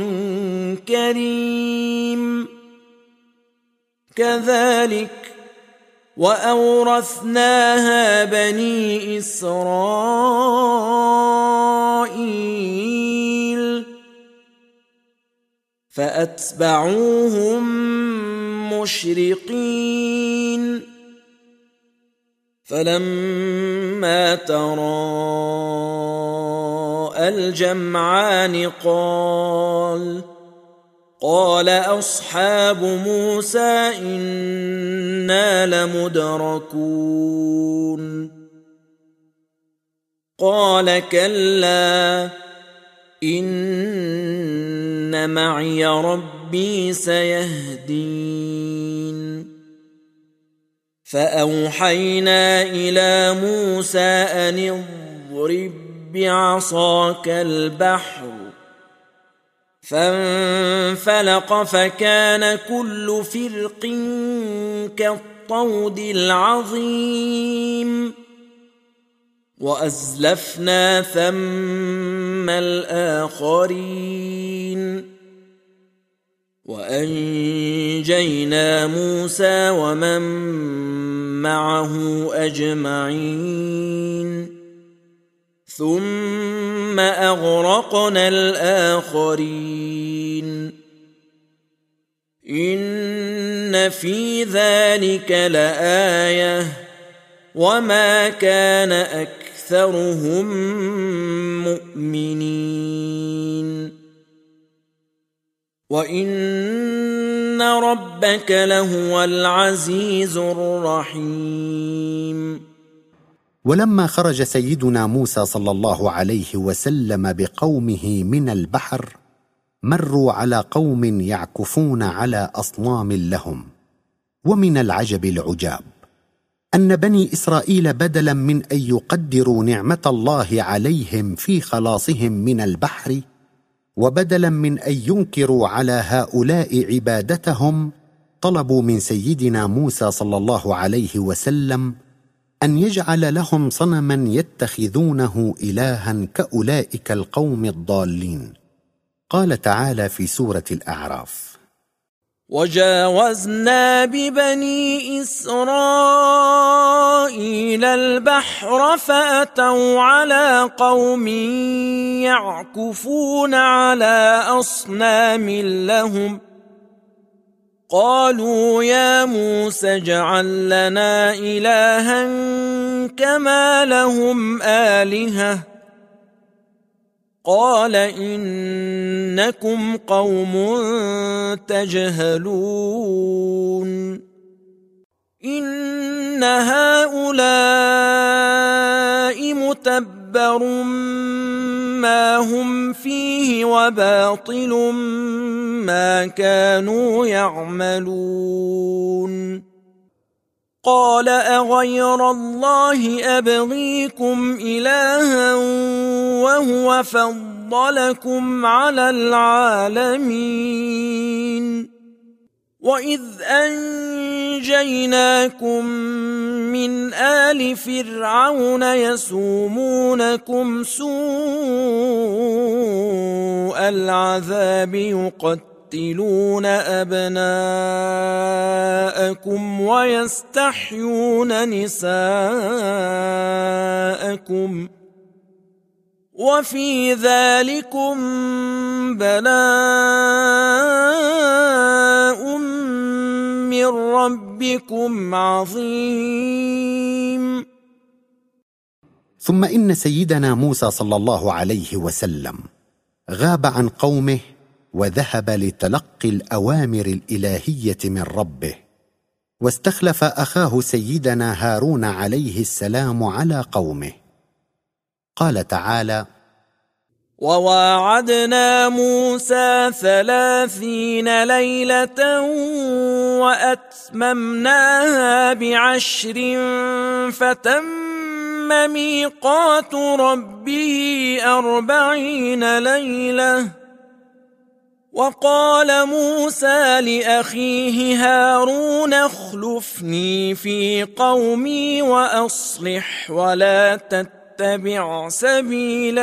كريم كذلك وأورثناها بني إسرائيل فأتبعوهم مشرقين. فلما تراءى الجمعان قال أصحاب موسى إنا لمدركون. قال كلا إن معي ربي سيهدين. فأوحينا إلى موسى أن اضرب بعصاك البحر فانفلق فكان كل فرق كالطود العظيم وأزلفنا ثم الآخرين وأنجينا موسى ومن معه أجمعين ثم أغرقنا الآخرين. إن في ذلك لآية وما كان أكثرهم مؤمنين وإن ربك لهو العزيز الرحيم. ولما خرج سيدنا موسى صلى الله عليه وسلم بقومه من البحر مروا على قوم يعكفون على أصنام لهم. ومن العجب العجاب أن بني إسرائيل بدلا من أن يقدروا نعمة الله عليهم في خلاصهم من البحر، وبدلا من أن ينكروا على هؤلاء عبادتهم، طلبوا من سيدنا موسى صلى الله عليه وسلم أن يجعل لهم صنما يتخذونه إلها كأولئك القوم الضالين. قال تعالى في سورة الأعراف: وجاوزنا ببني إسرائيل البحر فأتوا على قوم يعكفون على أصنام لهم قالوا يا موسى اجعل لنا إلها كما لهم آلهة قال إنكم قوم تجهلون إن هؤلاء متبر ما هم فيه وباطل ما كانوا يعملون قال أغير الله أبغيكم إلها وهو فضلكم على العالمين وإذ أنجيناكم من آل فرعون يسومونكم سوء العذاب يقتلون أبناءكم ويستحيون نساءكم وفي ذلكم بلاء من ربكم عظيم. ثم إن سيدنا موسى صلى الله عليه وسلم غاب عن قومه وذهب لتلقي الأوامر الإلهية من ربه، واستخلف أخاه سيدنا هارون عليه السلام على قومه. قال تعالى: وواعدنا موسى 30 ليلة وأتممناها ب10 فتم ميقات ربه 40 ليلة. وقال موسى لأخيه هارون اخلفني في قومي وأصلح ولا تتبع سبيل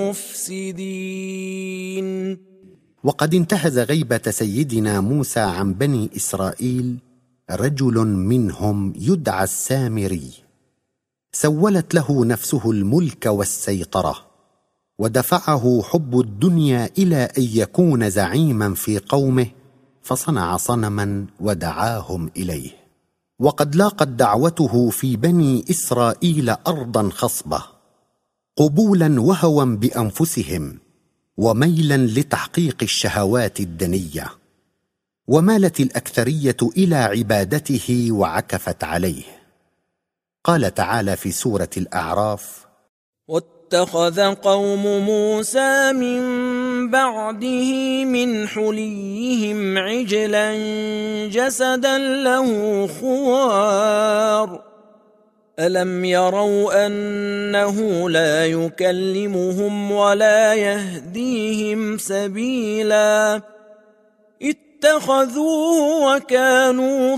المفسدين. وقد انتهز غيبة سيدنا موسى عن بني إسرائيل رجل منهم يدعى السامري، سولت له نفسه الملك والسيطرة، ودفعه حب الدنيا إلى أن يكون زعيما في قومه، فصنع صنما ودعاهم إليه. وقد لاقت دعوته في بني إسرائيل أرضا خصبة، قبولا وهوا بأنفسهم وميلا لتحقيق الشهوات الدنية، ومالت الأكثرية إلى عبادته وعكفت عليه. قال تعالى في سورة الأعراف: واتخذ قوم موسى من بعده من حليهم عجلا جسدا له خوار ألم يروا أنه لا يكلمهم ولا يهديهم سبيلا اتخذوه وكانوا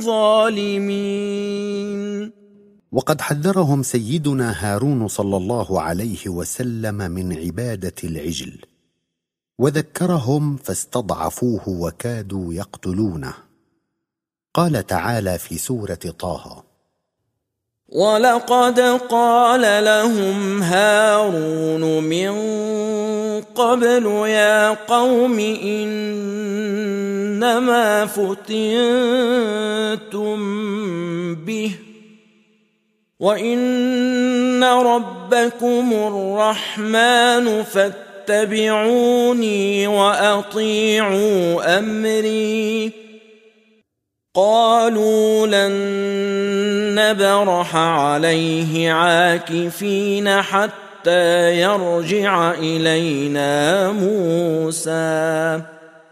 ظالمين. وقد حذرهم سيدنا هارون صلى الله عليه وسلم من عبادة العجل، وذكرهم فاستضعفوه وكادوا يقتلونه. قال تعالى في سورة طه: ولقد قال لهم هارون من قبل يا قوم إنما فتنتم به وإن ربكم الرحمن فاتبعوني وأطيعوا أمري قالوا لن نبرح عليه عاكفين حتى يرجع إلينا موسى.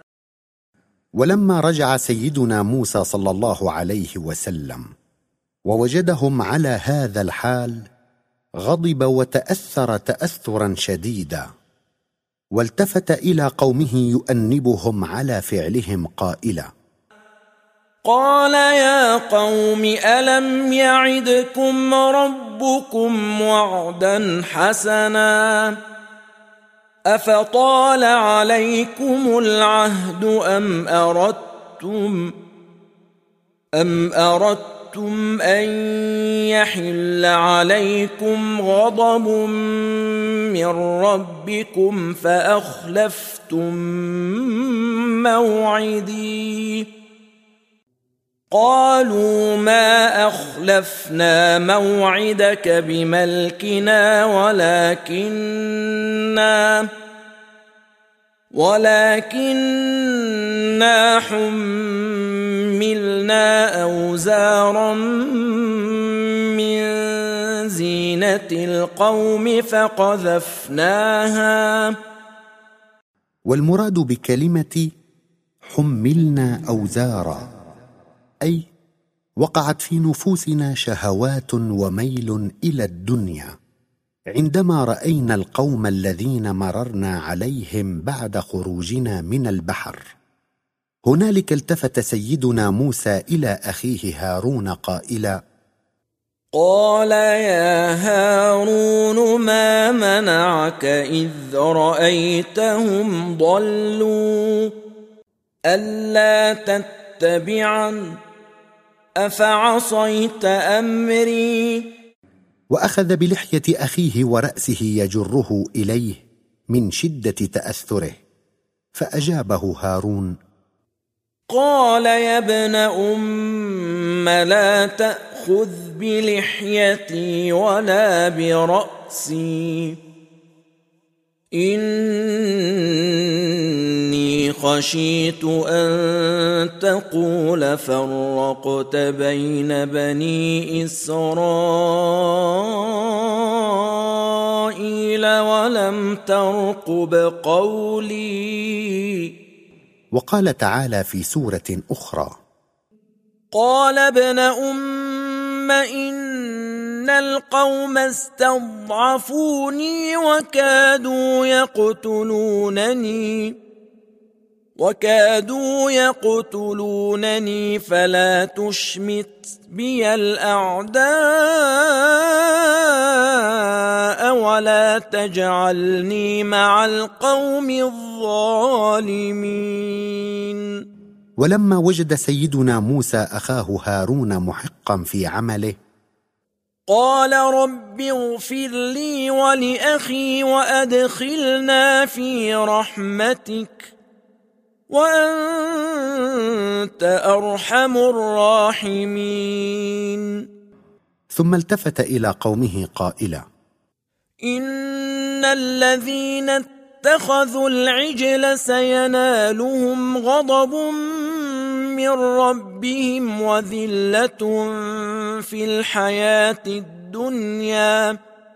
ولما رجع سيدنا موسى صلى الله عليه وسلم ووجدهم على هذا الحال غضب وتأثر تأثرا شديدا، والتفت إلى قومه يؤنبهم على فعلهم قائلا: قال يا قوم ألم يعدكم ربكم وعدا حسنا أفطال عليكم العهد أم أردتم أن يحل عليكم غضب من ربكم فأخلفتم موعدي قالوا ما أخلفنا موعدك بملكنا ولكننا حملنا أوزارا من زينة القوم فقذفناها. والمراد بكلمة حملنا أوزارا أي وقعت في نفوسنا شهوات وميل إلى الدنيا عندما رأينا القوم الذين مررنا عليهم بعد خروجنا من البحر. هنالك التفت سيدنا موسى إلى أخيه هارون قائلا: قال يا هارون ما منعك إذ رأيتهم ضلوا ألا تتبعن أفعصيت أمري. وأخذ بلحية أخيه ورأسه يجره إليه من شدة تأثره، فأجابه هارون: قال يا ابن أم لا تأخذ بلحيتي ولا برأسي إني خشيت أن تقول فرقت بين بني إسرائيل ولم ترقب قولي. وقال تعالى في سورة أخرى: قال ابن أم إن القوم استضعفوني وكادوا يقتلونني فلا تشمت بي الأعداء ولا تجعلني مع القوم الظالمين. ولما وجد سيدنا موسى أخاه هارون محقا في عمله قال رب اغفر لي ولأخي وأدخلنا في رحمتك وأنت أرحم الراحمين. ثم التفت إلى قومه قائلا: إن الذين اتخذوا العجل سينالهم غضب من ربهم وذلة في الحياة الدنيا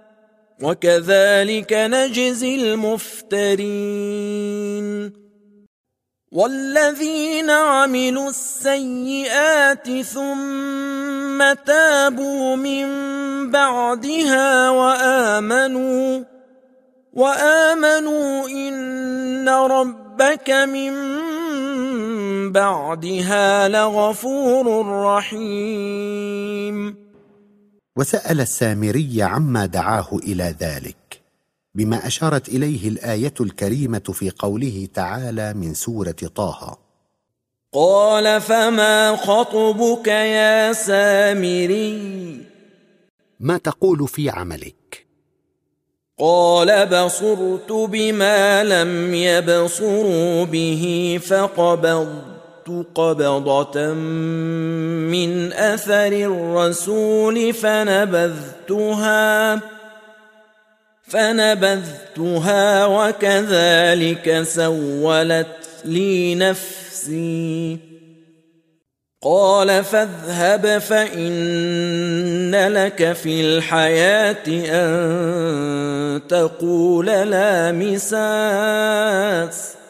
وكذلك نجزي المفترين. والذين عملوا السيئات ثم تابوا من بعدها وآمنوا إن ربك من بعدها لغفور رحيم. وسأل السامري عما دعاه إلى ذلك، بما أشارت إليه الآية الكريمة في قوله تعالى من سورة طه: قال فما خطبك يا سامري؟ ما تقول في عملك؟ قال بصرت بما لم يبصروا به قبضة من أثر الرسول فنبذتها وكذلك سولت لي نفسي. قال فاذهب فإن لك في الحياة أن تقول لا مساس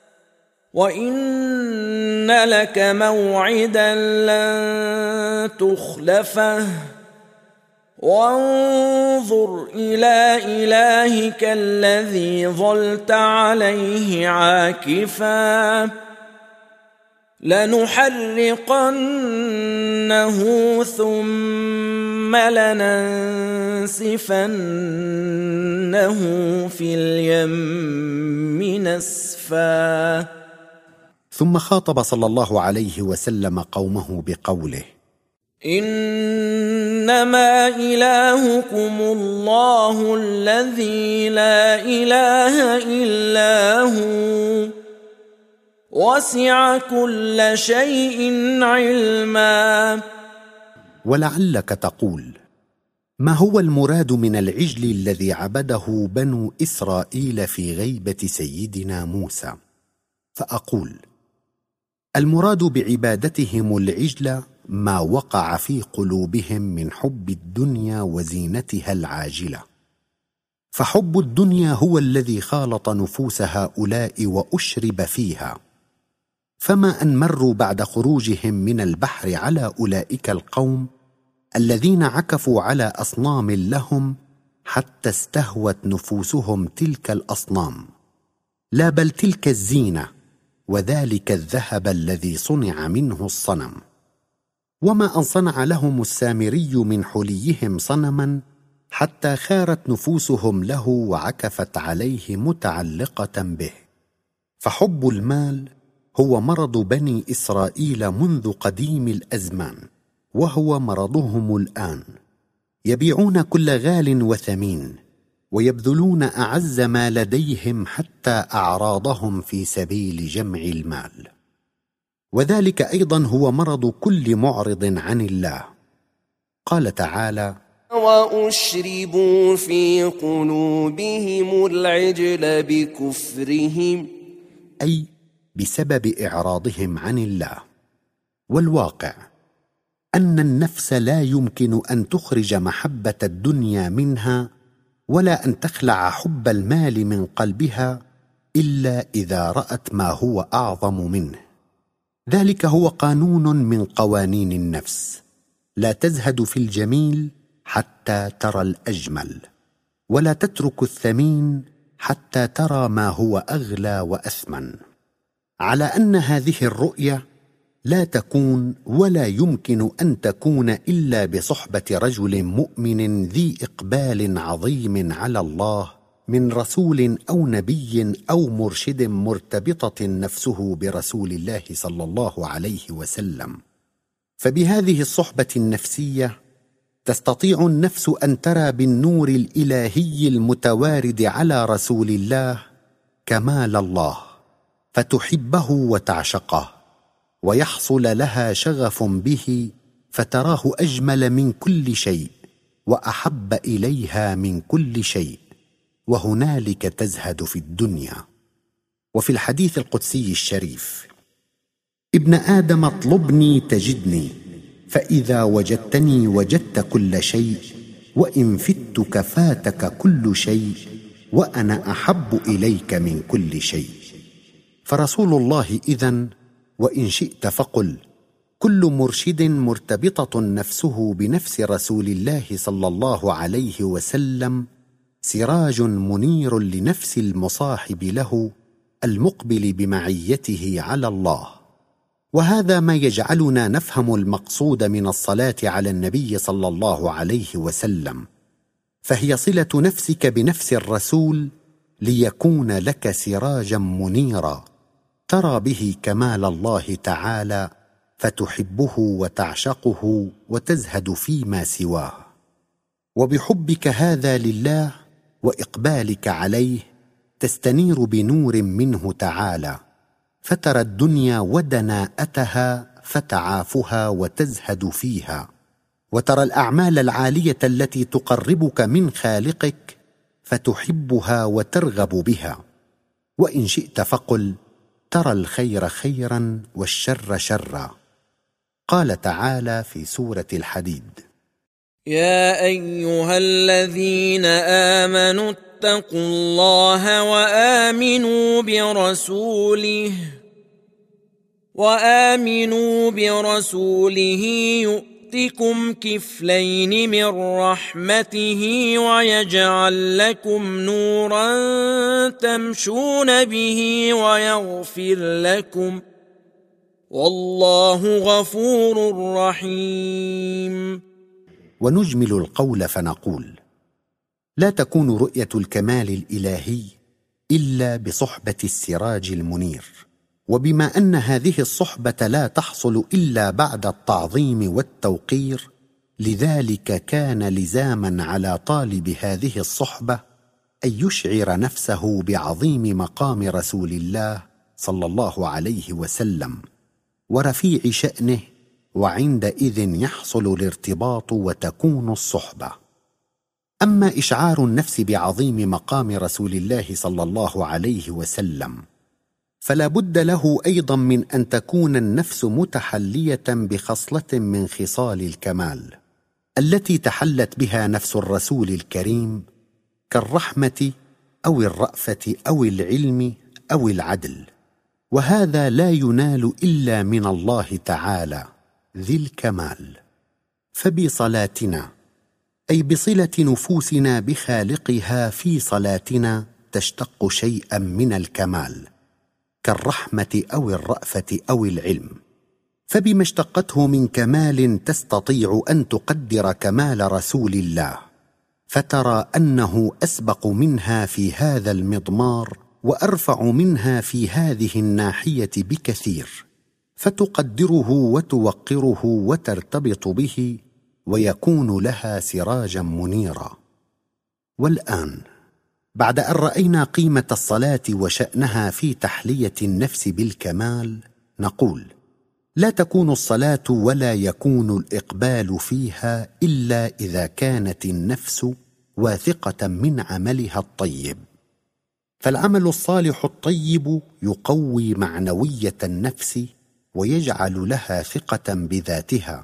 وإن لك موعدا لن تخلفه وانظر إلى إلهك الذي ظلت عليه عاكفا لنحرقنه ثم لننسفنه في اليم نسفا. ثم خاطب صلى الله عليه وسلم قومه بقوله: إنما إلهكم الله الذي لا إله إلا هو وسع كل شيء علما. ولعلك تقول: ما هو المراد من العجل الذي عبده بنو إسرائيل في غيبة سيدنا موسى؟ فأقول: المراد بعبادتهم العجل ما وقع في قلوبهم من حب الدنيا وزينتها العاجلة، فحب الدنيا هو الذي خالط نفوس هؤلاء وأشرب فيها، فما أن مروا بعد خروجهم من البحر على أولئك القوم الذين عكفوا على أصنام لهم حتى استهوت نفوسهم تلك الأصنام، لا بل تلك الزينة وذلك الذهب الذي صنع منه الصنم. وما أن صنع لهم السامري من حليهم صنما حتى خارت نفوسهم له وعكفت عليه متعلقة به. فحب المال هو مرض بني إسرائيل منذ قديم الأزمان، وهو مرضهم الآن. يبيعون كل غال وثمين ويبذلون أعز ما لديهم حتى أعراضهم في سبيل جمع المال، وذلك أيضا هو مرض كل معرض عن الله. قال تعالى: وأشربوا في قلوبهم العجل بكفرهم، أي بسبب إعراضهم عن الله. والواقع أن النفس لا يمكن أن تخرج محبة الدنيا منها ولا أن تخلع حب المال من قلبها إلا إذا رأت ما هو أعظم منه. ذلك هو قانون من قوانين النفس: لا تزهد في الجميل حتى ترى الأجمل، ولا تترك الثمين حتى ترى ما هو أغلى وأثمن. على أن هذه الرؤية لا تكون ولا يمكن أن تكون إلا بصحبة رجل مؤمن ذي إقبال عظيم على الله من رسول أو نبي أو مرشد مرتبطة نفسه برسول الله صلى الله عليه وسلم. فبهذه الصحبة النفسية تستطيع النفس أن ترى بالنور الإلهي المتوارد على رسول الله كمال الله، فتحبه وتعشقه، ويحصل لها شغف به فتراه أجمل من كل شيء وأحب إليها من كل شيء، وهنالك تزهد في الدنيا. وفي الحديث القدسي الشريف: ابن آدم اطلبني تجدني، فإذا وجدتني وجدت كل شيء، وإن فتك فاتك كل شيء، وأنا أحب إليك من كل شيء. فرسول الله إذن، وإن شئت فقل، كل مرشد مرتبطة نفسه بنفس رسول الله صلى الله عليه وسلم سراج منير لنفس المصاحب له المقبل بمعيته على الله. وهذا ما يجعلنا نفهم المقصود من الصلاة على النبي صلى الله عليه وسلم، فهي صلة نفسك بنفس الرسول ليكون لك سراجا منيرا ترى به كمال الله تعالى، فتحبه وتعشقه وتزهد فيما سواه. وبحبك هذا لله وإقبالك عليه تستنير بنور منه تعالى، فترى الدنيا ودناءتها فتعافها وتزهد فيها، وترى الأعمال العالية التي تقربك من خالقك فتحبها وترغب بها. وإن شئت فقل: ترى الخير خيرا والشر شرا. قال تعالى في سورة الحديد: يا أيها الذين آمنوا اتقوا الله وآمنوا برسوله يؤتكم كفلين من رحمته ويجعل لكم نورا تمشون به ويغفر لكم، والله غفور رحيم. ونجمل القول فنقول: لا تكون رؤية الكمال الإلهي إلا بصحبة السراج المنير، وبما أن هذه الصحبة لا تحصل إلا بعد التعظيم والتوقير، لذلك كان لزاما على طالب هذه الصحبة أن يشعر نفسه بعظيم مقام رسول الله صلى الله عليه وسلم ورفيع شأنه، وعندئذ يحصل الارتباط وتكون الصحبة. أما إشعار النفس بعظيم مقام رسول الله صلى الله عليه وسلم فلا بد له أيضا من أن تكون النفس متحلية بخصلة من خصال الكمال التي تحلت بها نفس الرسول الكريم، كالرحمة أو الرأفة أو العلم أو العدل، وهذا لا ينال إلا من الله تعالى ذي الكمال. فبصلاتنا، أي بصلة نفوسنا بخالقها في صلاتنا، تشتق شيئا من الكمال كالرحمة أو الرأفة أو العلم. فبما اشتقته من كمال تستطيع أن تقدر كمال رسول الله، فترى أنه أسبق منها في هذا المضمار وأرفع منها في هذه الناحية بكثير، فتقدره وتوقره وترتبط به، ويكون لها سراجا منيرا. والآن بعد أن رأينا قيمة الصلاة وشأنها في تحلية النفس بالكمال، نقول: لا تكون الصلاة ولا يكون الإقبال فيها إلا إذا كانت النفس واثقة من عملها الطيب. فالعمل الصالح الطيب يقوي معنوية النفس ويجعل لها ثقة بذاتها،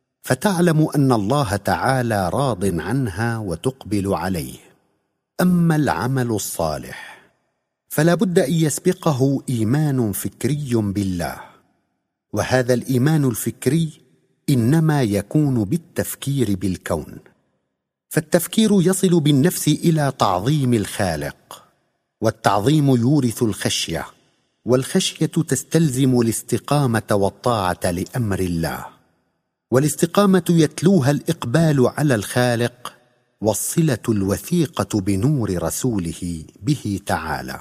فتعلم أن الله تعالى راض عنها وتقبل عليه. أما العمل الصالح فلا بد أن يسبقه إيمان فكري بالله، وهذا الإيمان الفكري إنما يكون بالتفكير بالكون، فالتفكير يصل بالنفس إلى تعظيم الخالق، والتعظيم يورث الخشية، والخشية تستلزم الاستقامة والطاعة لأمر الله، والاستقامة يتلوها الإقبال على الخالق والصلة الوثيقة بنور رسوله به تعالى.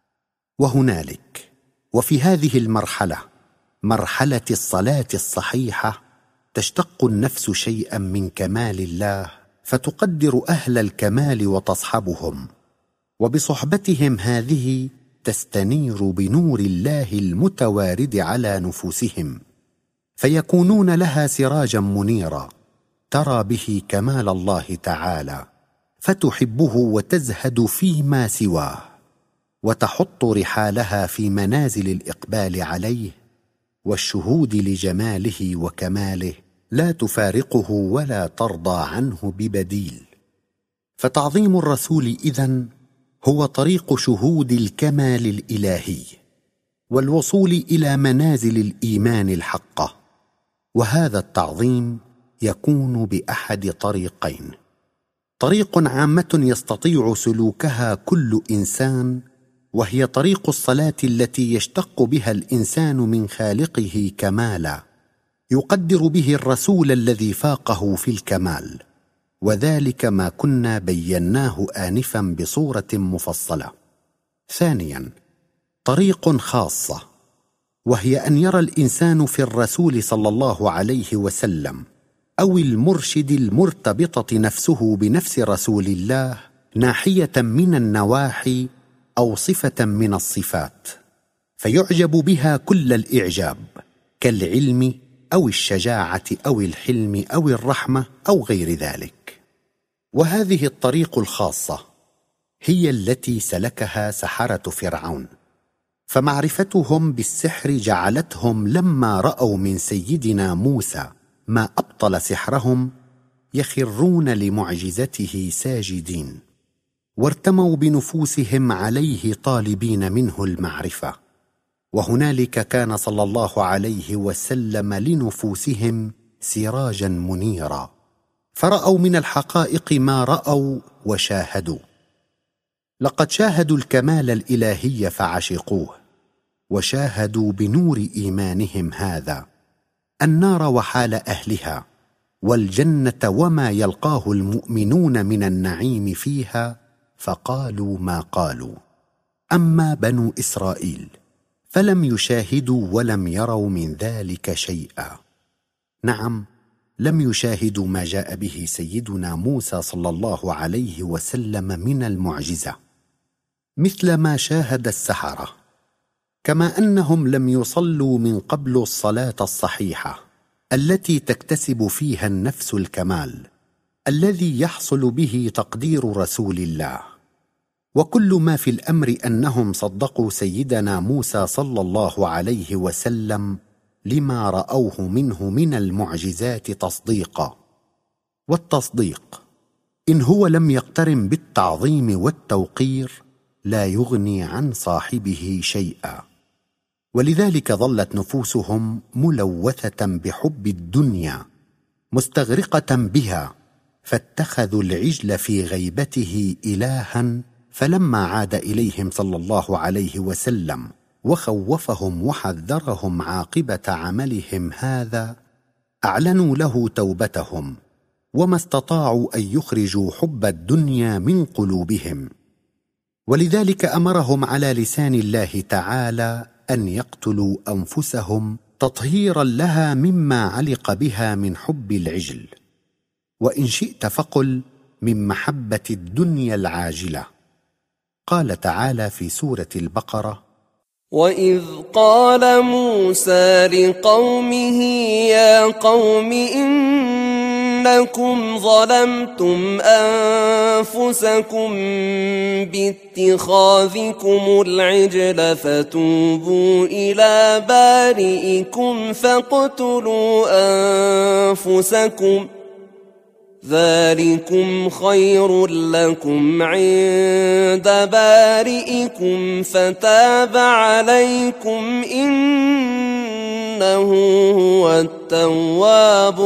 وهنالك وفي هذه المرحلة، مرحلة الصلاة الصحيحة، تشتق النفس شيئا من كمال الله، فتقدر أهل الكمال وتصحبهم، وبصحبتهم هذه تستنير بنور الله المتوارد على نفوسهم، فيكونون لها سراجا منيرا ترى به كمال الله تعالى، فتحبه وتزهد فيما سواه، وتحط رحالها في منازل الإقبال عليه والشهود لجماله وكماله، لا تفارقه ولا ترضى عنه ببديل. فتعظيم الرسول إذن هو طريق شهود الكمال الإلهي والوصول إلى منازل الإيمان الحقة، وهذا التعظيم يكون بأحد طريقين: طريق عامة يستطيع سلوكها كل إنسان، وهي طريق الصلاة التي يشتق بها الإنسان من خالقه كمالا، يقدر به الرسول الذي فاقه في الكمال، وذلك ما كنا بيناه آنفا بصورة مفصلة. ثانيا، طريق خاصة، وهي أن يرى الإنسان في الرسول صلى الله عليه وسلم أو المرشد المرتبطة نفسه بنفس رسول الله ناحية من النواحي أو صفة من الصفات، فيعجب بها كل الإعجاب، كالعلم أو الشجاعة أو الحلم أو الرحمة أو غير ذلك. وهذه الطريق الخاصة هي التي سلكها سحرة فرعون، فمعرفتهم بالسحر جعلتهم لما رأوا من سيدنا موسى ما أبطل سحرهم يخرون لمعجزته ساجدين، وارتموا بنفوسهم عليه طالبين منه المعرفة. وهنالك كان صلى الله عليه وسلم لنفوسهم سراجا منيرا، فرأوا من الحقائق ما رأوا وشاهدوا. لقد شاهدوا الكمال الإلهي فعشقوه، وشاهدوا بنور إيمانهم هذا النار وحال أهلها، والجنة وما يلقاه المؤمنون من النعيم فيها، فقالوا ما قالوا. أما بنو إسرائيل فلم يشاهدوا ولم يروا من ذلك شيئا. نعم، لم يشاهدوا ما جاء به سيدنا موسى صلى الله عليه وسلم من المعجزة مثل ما شاهد السحرة، كما أنهم لم يصلوا من قبل الصلاة الصحيحة التي تكتسب فيها النفس الكمال الذي يحصل به تقدير رسول الله. وكل ما في الأمر أنهم صدقوا سيدنا موسى صلى الله عليه وسلم لما رأوه منه من المعجزات تصديقا. والتصديق إن هو لم يقترن بالتعظيم والتوقير لا يغني عن صاحبه شيئا. ولذلك ظلت نفوسهم ملوثة بحب الدنيا مستغرقة بها، فاتخذوا العجل في غيبته إلها. فلما عاد إليهم صلى الله عليه وسلم وخوفهم وحذرهم عاقبة عملهم هذا، أعلنوا له توبتهم، وما استطاعوا أن يخرجوا حب الدنيا من قلوبهم. ولذلك أمرهم على لسان الله تعالى أن يقتلوا أنفسهم تطهيرا لها مما علق بها من حب العجل، وإن شئت فقل من محبة الدنيا العاجلة. قال تعالى في سورة البقرة: وإذ قال موسى لقومه يا قوم إنكم ظلمتم أنفسكم باتخاذكم العجل فتوبوا إلى بارئكم فاقتلوا أنفسكم ذلكم خير لكم عند بارئكم فتاب عليكم إنه هو التواب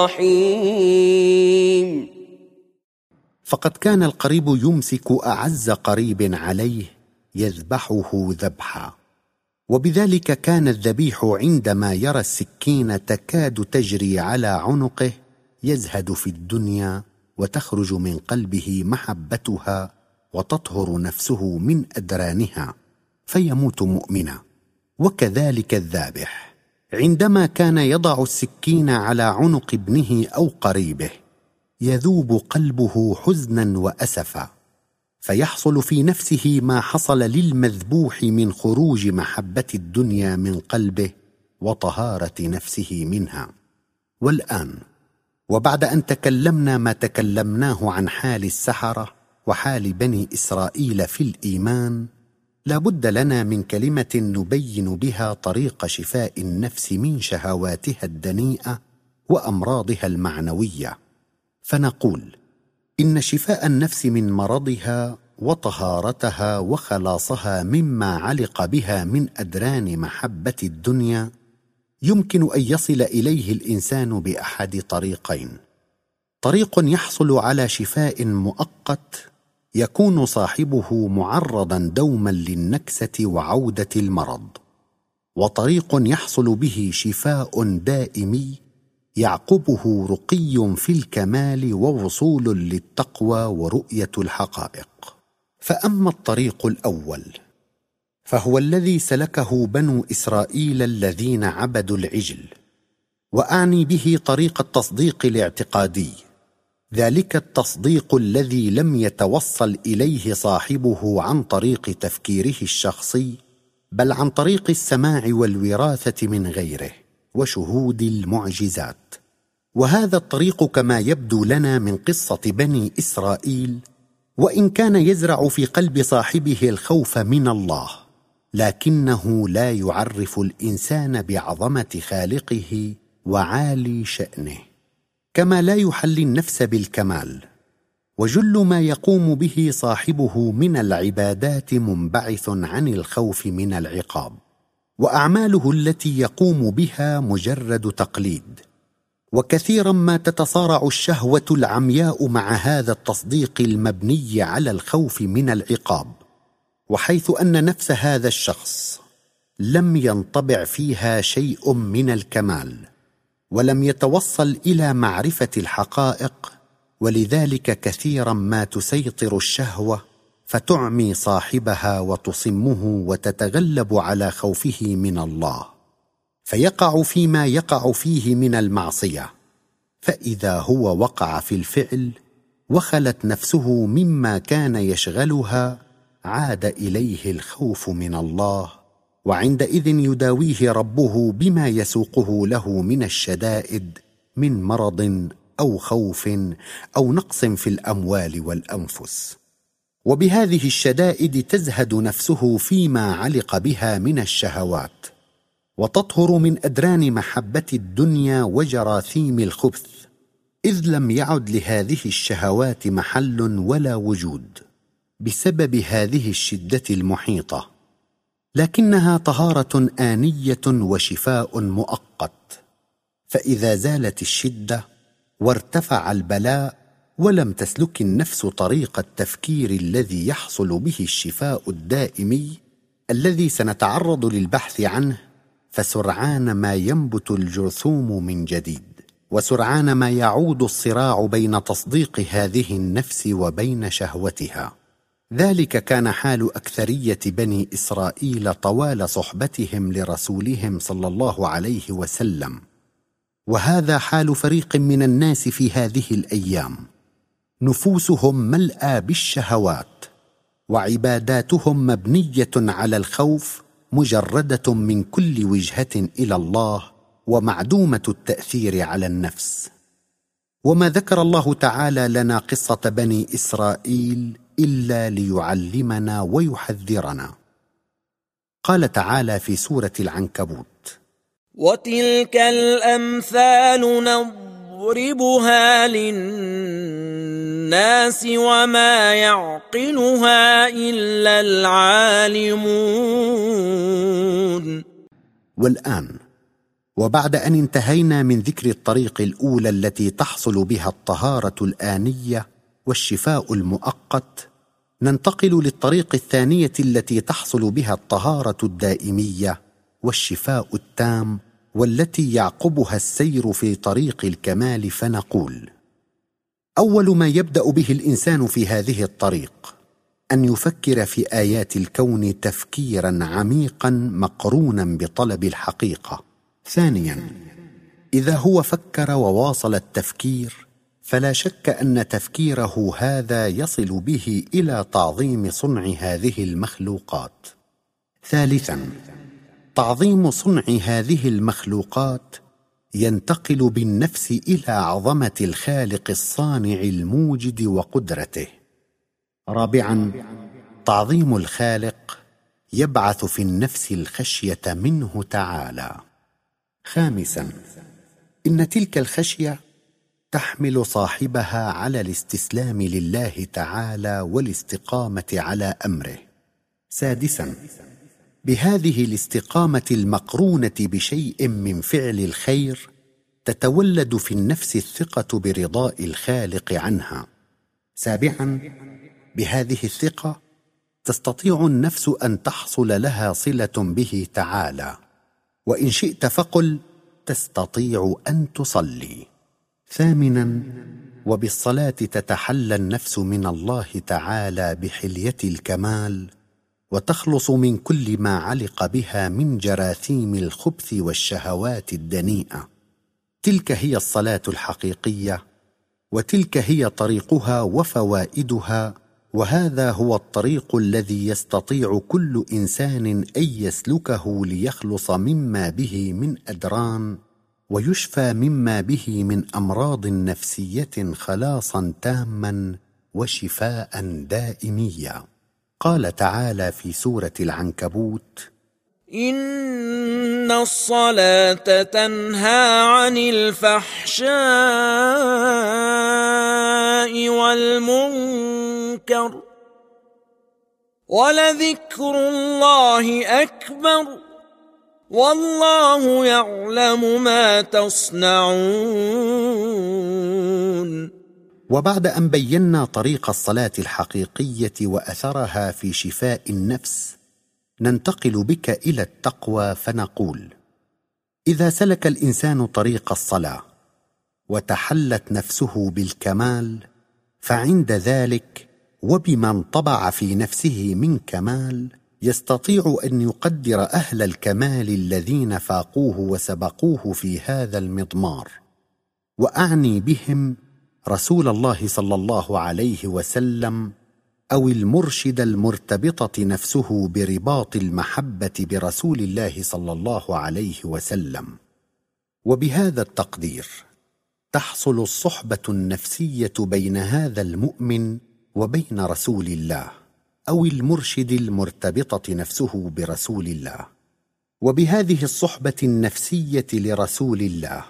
الرحيم. فقد كان القريب يمسك أعز قريب عليه يذبحه ذبحا، وبذلك كان الذبيح عندما يرى السكين تكاد تجري على عنقه يزهد في الدنيا، وتخرج من قلبه محبتها وتطهر نفسه من أدرانها فيموت مؤمنا. وكذلك الذابح عندما كان يضع السكين على عنق ابنه أو قريبه يذوب قلبه حزنا وأسفا، فيحصل في نفسه ما حصل للمذبوح من خروج محبة الدنيا من قلبه وطهارة نفسه منها. والآن وبعد أن تكلمنا ما تكلمناه عن حال السحرة وحال بني إسرائيل في الإيمان، لا بد لنا من كلمة نبين بها طريق شفاء النفس من شهواتها الدنيئة وأمراضها المعنوية. فنقول إن شفاء النفس من مرضها وطهارتها وخلاصها مما علق بها من أدران محبة الدنيا يمكن أن يصل إليه الإنسان بأحد طريقين: طريق يحصل على شفاء مؤقت يكون صاحبه معرضا دوما للنكسة وعودة المرض، وطريق يحصل به شفاء دائمي يعقبه رقي في الكمال ووصول للتقوى ورؤية الحقائق. فأما الطريق الأول فهو الذي سلكه بنو إسرائيل الذين عبدوا العجل، وأعني به طريق التصديق الاعتقادي، ذلك التصديق الذي لم يتوصل إليه صاحبه عن طريق تفكيره الشخصي، بل عن طريق السماع والوراثة من غيره وشهود المعجزات. وهذا الطريق كما يبدو لنا من قصة بني إسرائيل، وإن كان يزرع في قلب صاحبه الخوف من الله، لكنه لا يعرف الإنسان بعظمة خالقه وعالي شأنه، كما لا يحلي النفس بالكمال. وجل ما يقوم به صاحبه من العبادات منبعث عن الخوف من العقاب، وأعماله التي يقوم بها مجرد تقليد. وكثيرا ما تتصارع الشهوة العمياء مع هذا التصديق المبني على الخوف من العقاب، وحيث أن نفس هذا الشخص لم ينطبع فيها شيء من الكمال، ولم يتوصل إلى معرفة الحقائق، ولذلك كثيرا ما تسيطر الشهوة فتعمي صاحبها وتصمه وتتغلب على خوفه من الله، فيقع فيما يقع فيه من المعصية. فإذا هو وقع في الفعل وخلت نفسه مما كان يشغلها، عاد إليه الخوف من الله، وعندئذ يداويه ربه بما يسوقه له من الشدائد من مرض أو خوف أو نقص في الأموال والأنفس. وبهذه الشدائد تزهد نفسه فيما علق بها من الشهوات، وتطهر من أدران محبة الدنيا وجراثيم الخبث، إذ لم يعد لهذه الشهوات محل ولا وجود بسبب هذه الشدة المحيطة، لكنها طهارة آنية وشفاء مؤقت. فإذا زالت الشدة وارتفع البلاء ولم تسلك النفس طريق التفكير الذي يحصل به الشفاء الدائمي الذي سنتعرض للبحث عنه، فسرعان ما ينبت الجرثوم من جديد، وسرعان ما يعود الصراع بين تصديق هذه النفس وبين شهوتها. ذلك كان حال أكثرية بني إسرائيل طوال صحبتهم لرسولهم صلى الله عليه وسلم، وهذا حال فريق من الناس في هذه الأيام، نفوسهم ملأى بالشهوات، وعباداتهم مبنية على الخوف، مجردة من كل وجهة إلى الله، ومعدومة التأثير على النفس. وما ذكر الله تعالى لنا قصة بني إسرائيل إلا ليعلمنا ويحذرنا. قال تعالى في سورة العنكبوت: وتلك الأمثال نضربها للناس وما يعقلها إلا العالمون. والآن وبعد أن انتهينا من ذكر الطريق الأولى التي تحصل بها الطهارة الآنية والشفاء المؤقت، ننتقل للطريق الثانية التي تحصل بها الطهارة الدائمية والشفاء التام، والتي يعقبها السير في طريق الكمال. فنقول: أول ما يبدأ به الإنسان في هذه الطريق أن يفكر في آيات الكون تفكيرا عميقا مقرونا بطلب الحقيقة. ثانيا، إذا هو فكر وواصل التفكير، فلا شك أن تفكيره هذا يصل به إلى تعظيم صنع هذه المخلوقات. ثالثا، تعظيم صنع هذه المخلوقات ينتقل بالنفس إلى عظمة الخالق الصانع الموجد وقدرته. رابعا، تعظيم الخالق يبعث في النفس الخشية منه تعالى. خامسا، إن تلك الخشية تحمل صاحبها على الاستسلام لله تعالى والاستقامة على أمره. سادسا، بهذه الاستقامة المقرونة بشيء من فعل الخير تتولد في النفس الثقة برضاء الخالق عنها. سابعا، بهذه الثقة تستطيع النفس أن تحصل لها صلة به تعالى، وإن شئت فقل تستطيع أن تصلي. ثامنا، وبالصلاة تتحلى النفس من الله تعالى بحلية الكمال، وتخلص من كل ما علق بها من جراثيم الخبث والشهوات الدنيئة. تلك هي الصلاة الحقيقية، وتلك هي طريقها وفوائدها وهذا هو الطريق الذي يستطيع كل إنسان أن يسلكه ليخلص مما به من أدران ويشفى مما به من أمراض نفسية خلاصا تاما وشفاء دائميا. قال تعالى في سورة العنكبوت: إن الصلاة تنهى عن الفحشاء والمنكر ولذكر الله أكبر والله يعلم ما تصنعون. وبعد أن بينا طريق الصلاة الحقيقية وأثرها في شفاء النفس، ننتقل بك إلى التقوى فنقول: إذا سلك الإنسان طريق الصلاة وتحلت نفسه بالكمال، فعند ذلك وبما انطبع في نفسه من كمال يستطيع أن يقدر أهل الكمال الذين فاقوه وسبقوه في هذا المضمار، وأعني بهم رسول الله صلى الله عليه وسلم أو المرشد المرتبطة نفسه برباط المحبة برسول الله صلى الله عليه وسلم. وبهذا التقدير تحصل الصحبة النفسية بين هذا المؤمن وبين رسول الله أو المرشد المرتبطة نفسه برسول الله. وبهذه الصحبة النفسية لرسول الله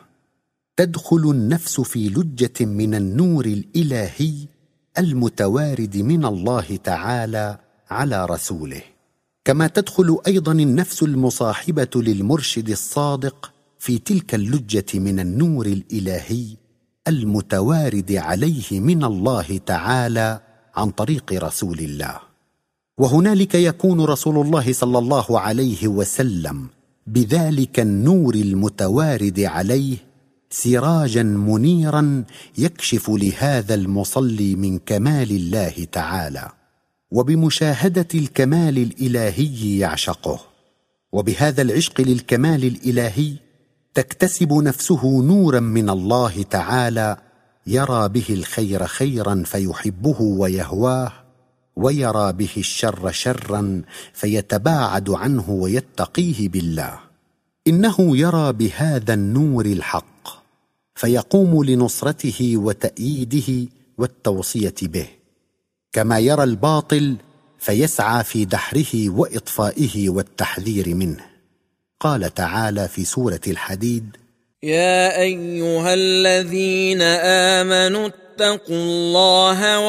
تدخل النفس في لجة من النور الإلهي المتوارد من الله تعالى على رسوله، كما تدخل أيضا النفس المصاحبة للمرشد الصادق في تلك اللجة من النور الإلهي المتوارد عليه من الله تعالى عن طريق رسول الله. وهنالك يكون رسول الله صلى الله عليه وسلم بذلك النور المتوارد عليه سراجا منيرا يكشف لهذا المصلي من كمال الله تعالى، وبمشاهدة الكمال الإلهي يعشقه. وبهذا العشق للكمال الإلهي تكتسب نفسه نورا من الله تعالى يرى به الخير خيرا فيحبه ويهواه، ويرى به الشر شرا فيتباعد عنه ويتقيه بالله. إنه يرى بهذا النور الحق فيقوم لنصرته وتأييده والتوصية به، كما يرى الباطل فيسعى في دحره وإطفائه والتحذير منه. قال تعالى في سورة الحديد: يا أيها الذين آمنوا اتقوا الله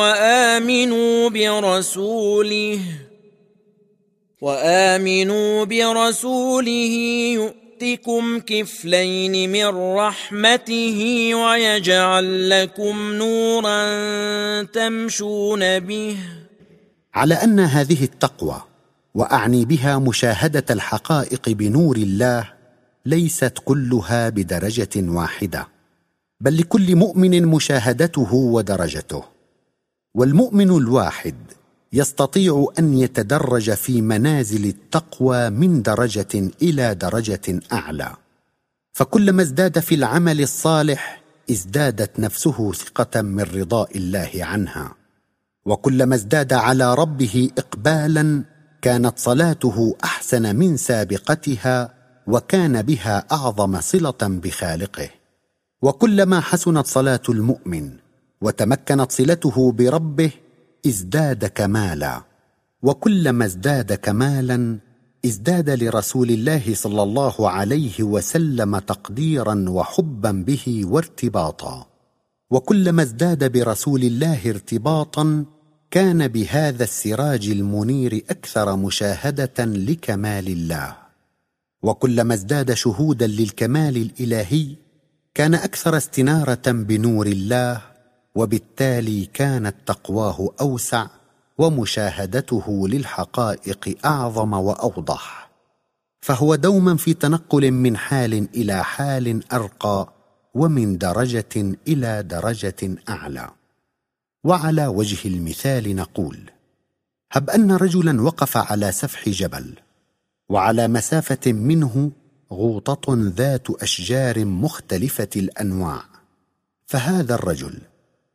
وآمنوا برسوله يؤتكم كفلين من رحمته ويجعل لكم نورا تمشون به. على أن هذه التقوى، وأعني بها مشاهدة الحقائق بنور الله، ليست كلها بدرجة واحدة، بل لكل مؤمن مشاهدته ودرجته. والمؤمن الواحد يستطيع أن يتدرج في منازل التقوى من درجة إلى درجة أعلى، فكلما ازداد في العمل الصالح ازدادت نفسه ثقة من رضاء الله عنها، وكلما ازداد على ربه إقبالا كانت صلاته أحسن من سابقتها وكان بها أعظم صلة بخالقه. وكلما حسنت صلاة المؤمن وتمكنت صلته بربه ازداد كمالا، وكلما ازداد كمالا ازداد لرسول الله صلى الله عليه وسلم تقديرا وحبا به وارتباطا. وكلما ازداد برسول الله ارتباطا كان بهذا السراج المنير أكثر مشاهدة لكمال الله. وكلما ازداد شهودا للكمال الإلهي كان أكثر استنارة بنور الله، وبالتالي كانت تقواه أوسع ومشاهدته للحقائق أعظم وأوضح، فهو دوما في تنقل من حال إلى حال أرقى ومن درجة إلى درجة أعلى. وعلى وجه المثال نقول: هب أن رجلا وقف على سفح جبل، وعلى مسافة منه غوطة ذات أشجار مختلفة الأنواع، فهذا الرجل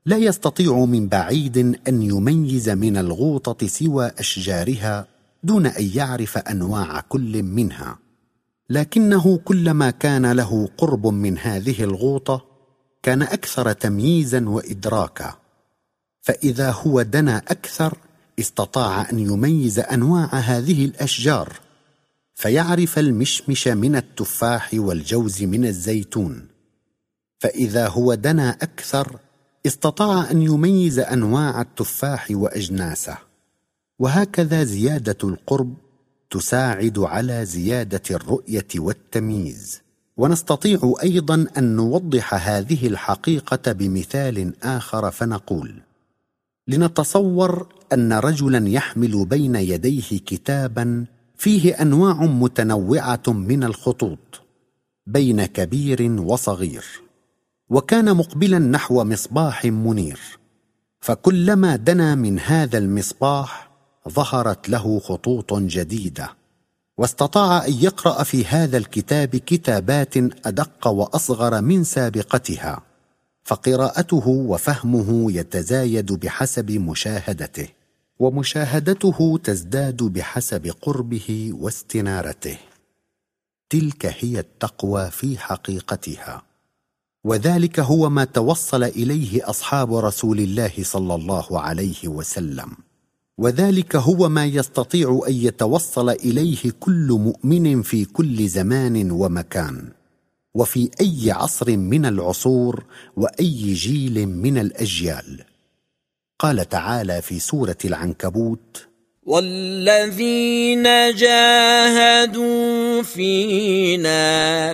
لا يستطيع من بعيد أن يميز من الغوطة سوى أشجارها دون أن يعرف أنواع كل منها، لكنه كلما كان له قرب من هذه الغوطة كان أكثر تمييزا وإدراكا، فإذا هو دنا أكثر استطاع أن يميز أنواع هذه الأشجار، فيعرف المشمش من التفاح والجوز من الزيتون، فإذا هو دنا أكثر استطاع أن يميز أنواع التفاح وأجناسه. وهكذا زيادة القرب تساعد على زيادة الرؤية والتمييز. ونستطيع أيضا أن نوضح هذه الحقيقة بمثال آخر فنقول: لنتصور أن رجلا يحمل بين يديه كتابا فيه أنواع متنوعة من الخطوط بين كبير وصغير، وكان مقبلا نحو مصباح منير، فكلما دنا من هذا المصباح ظهرت له خطوط جديدة، واستطاع أن يقرأ في هذا الكتاب كتابات أدق وأصغر من سابقتها، فقراءته وفهمه يتزايد بحسب مشاهدته، ومشاهدته تزداد بحسب قربه واستنارته. تلك هي التقوى في حقيقتها، وذلك هو ما توصل إليه أصحاب رسول الله صلى الله عليه وسلم، وذلك هو ما يستطيع أن يتوصل إليه كل مؤمن في كل زمان ومكان، وفي أي عصر من العصور وأي جيل من الأجيال. قال تعالى في سورة العنكبوت: والذين جاهدوا فينا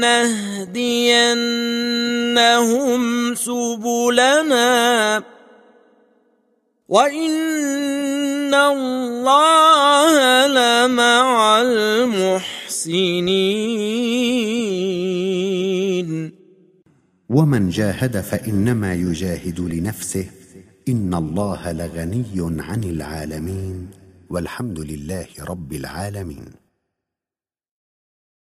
لنهدينهم سبلنا وإن الله لمع المحسنين. ومن جاهد فإنما يجاهد لنفسه، إن الله لغني عن العالمين، والحمد لله رب العالمين.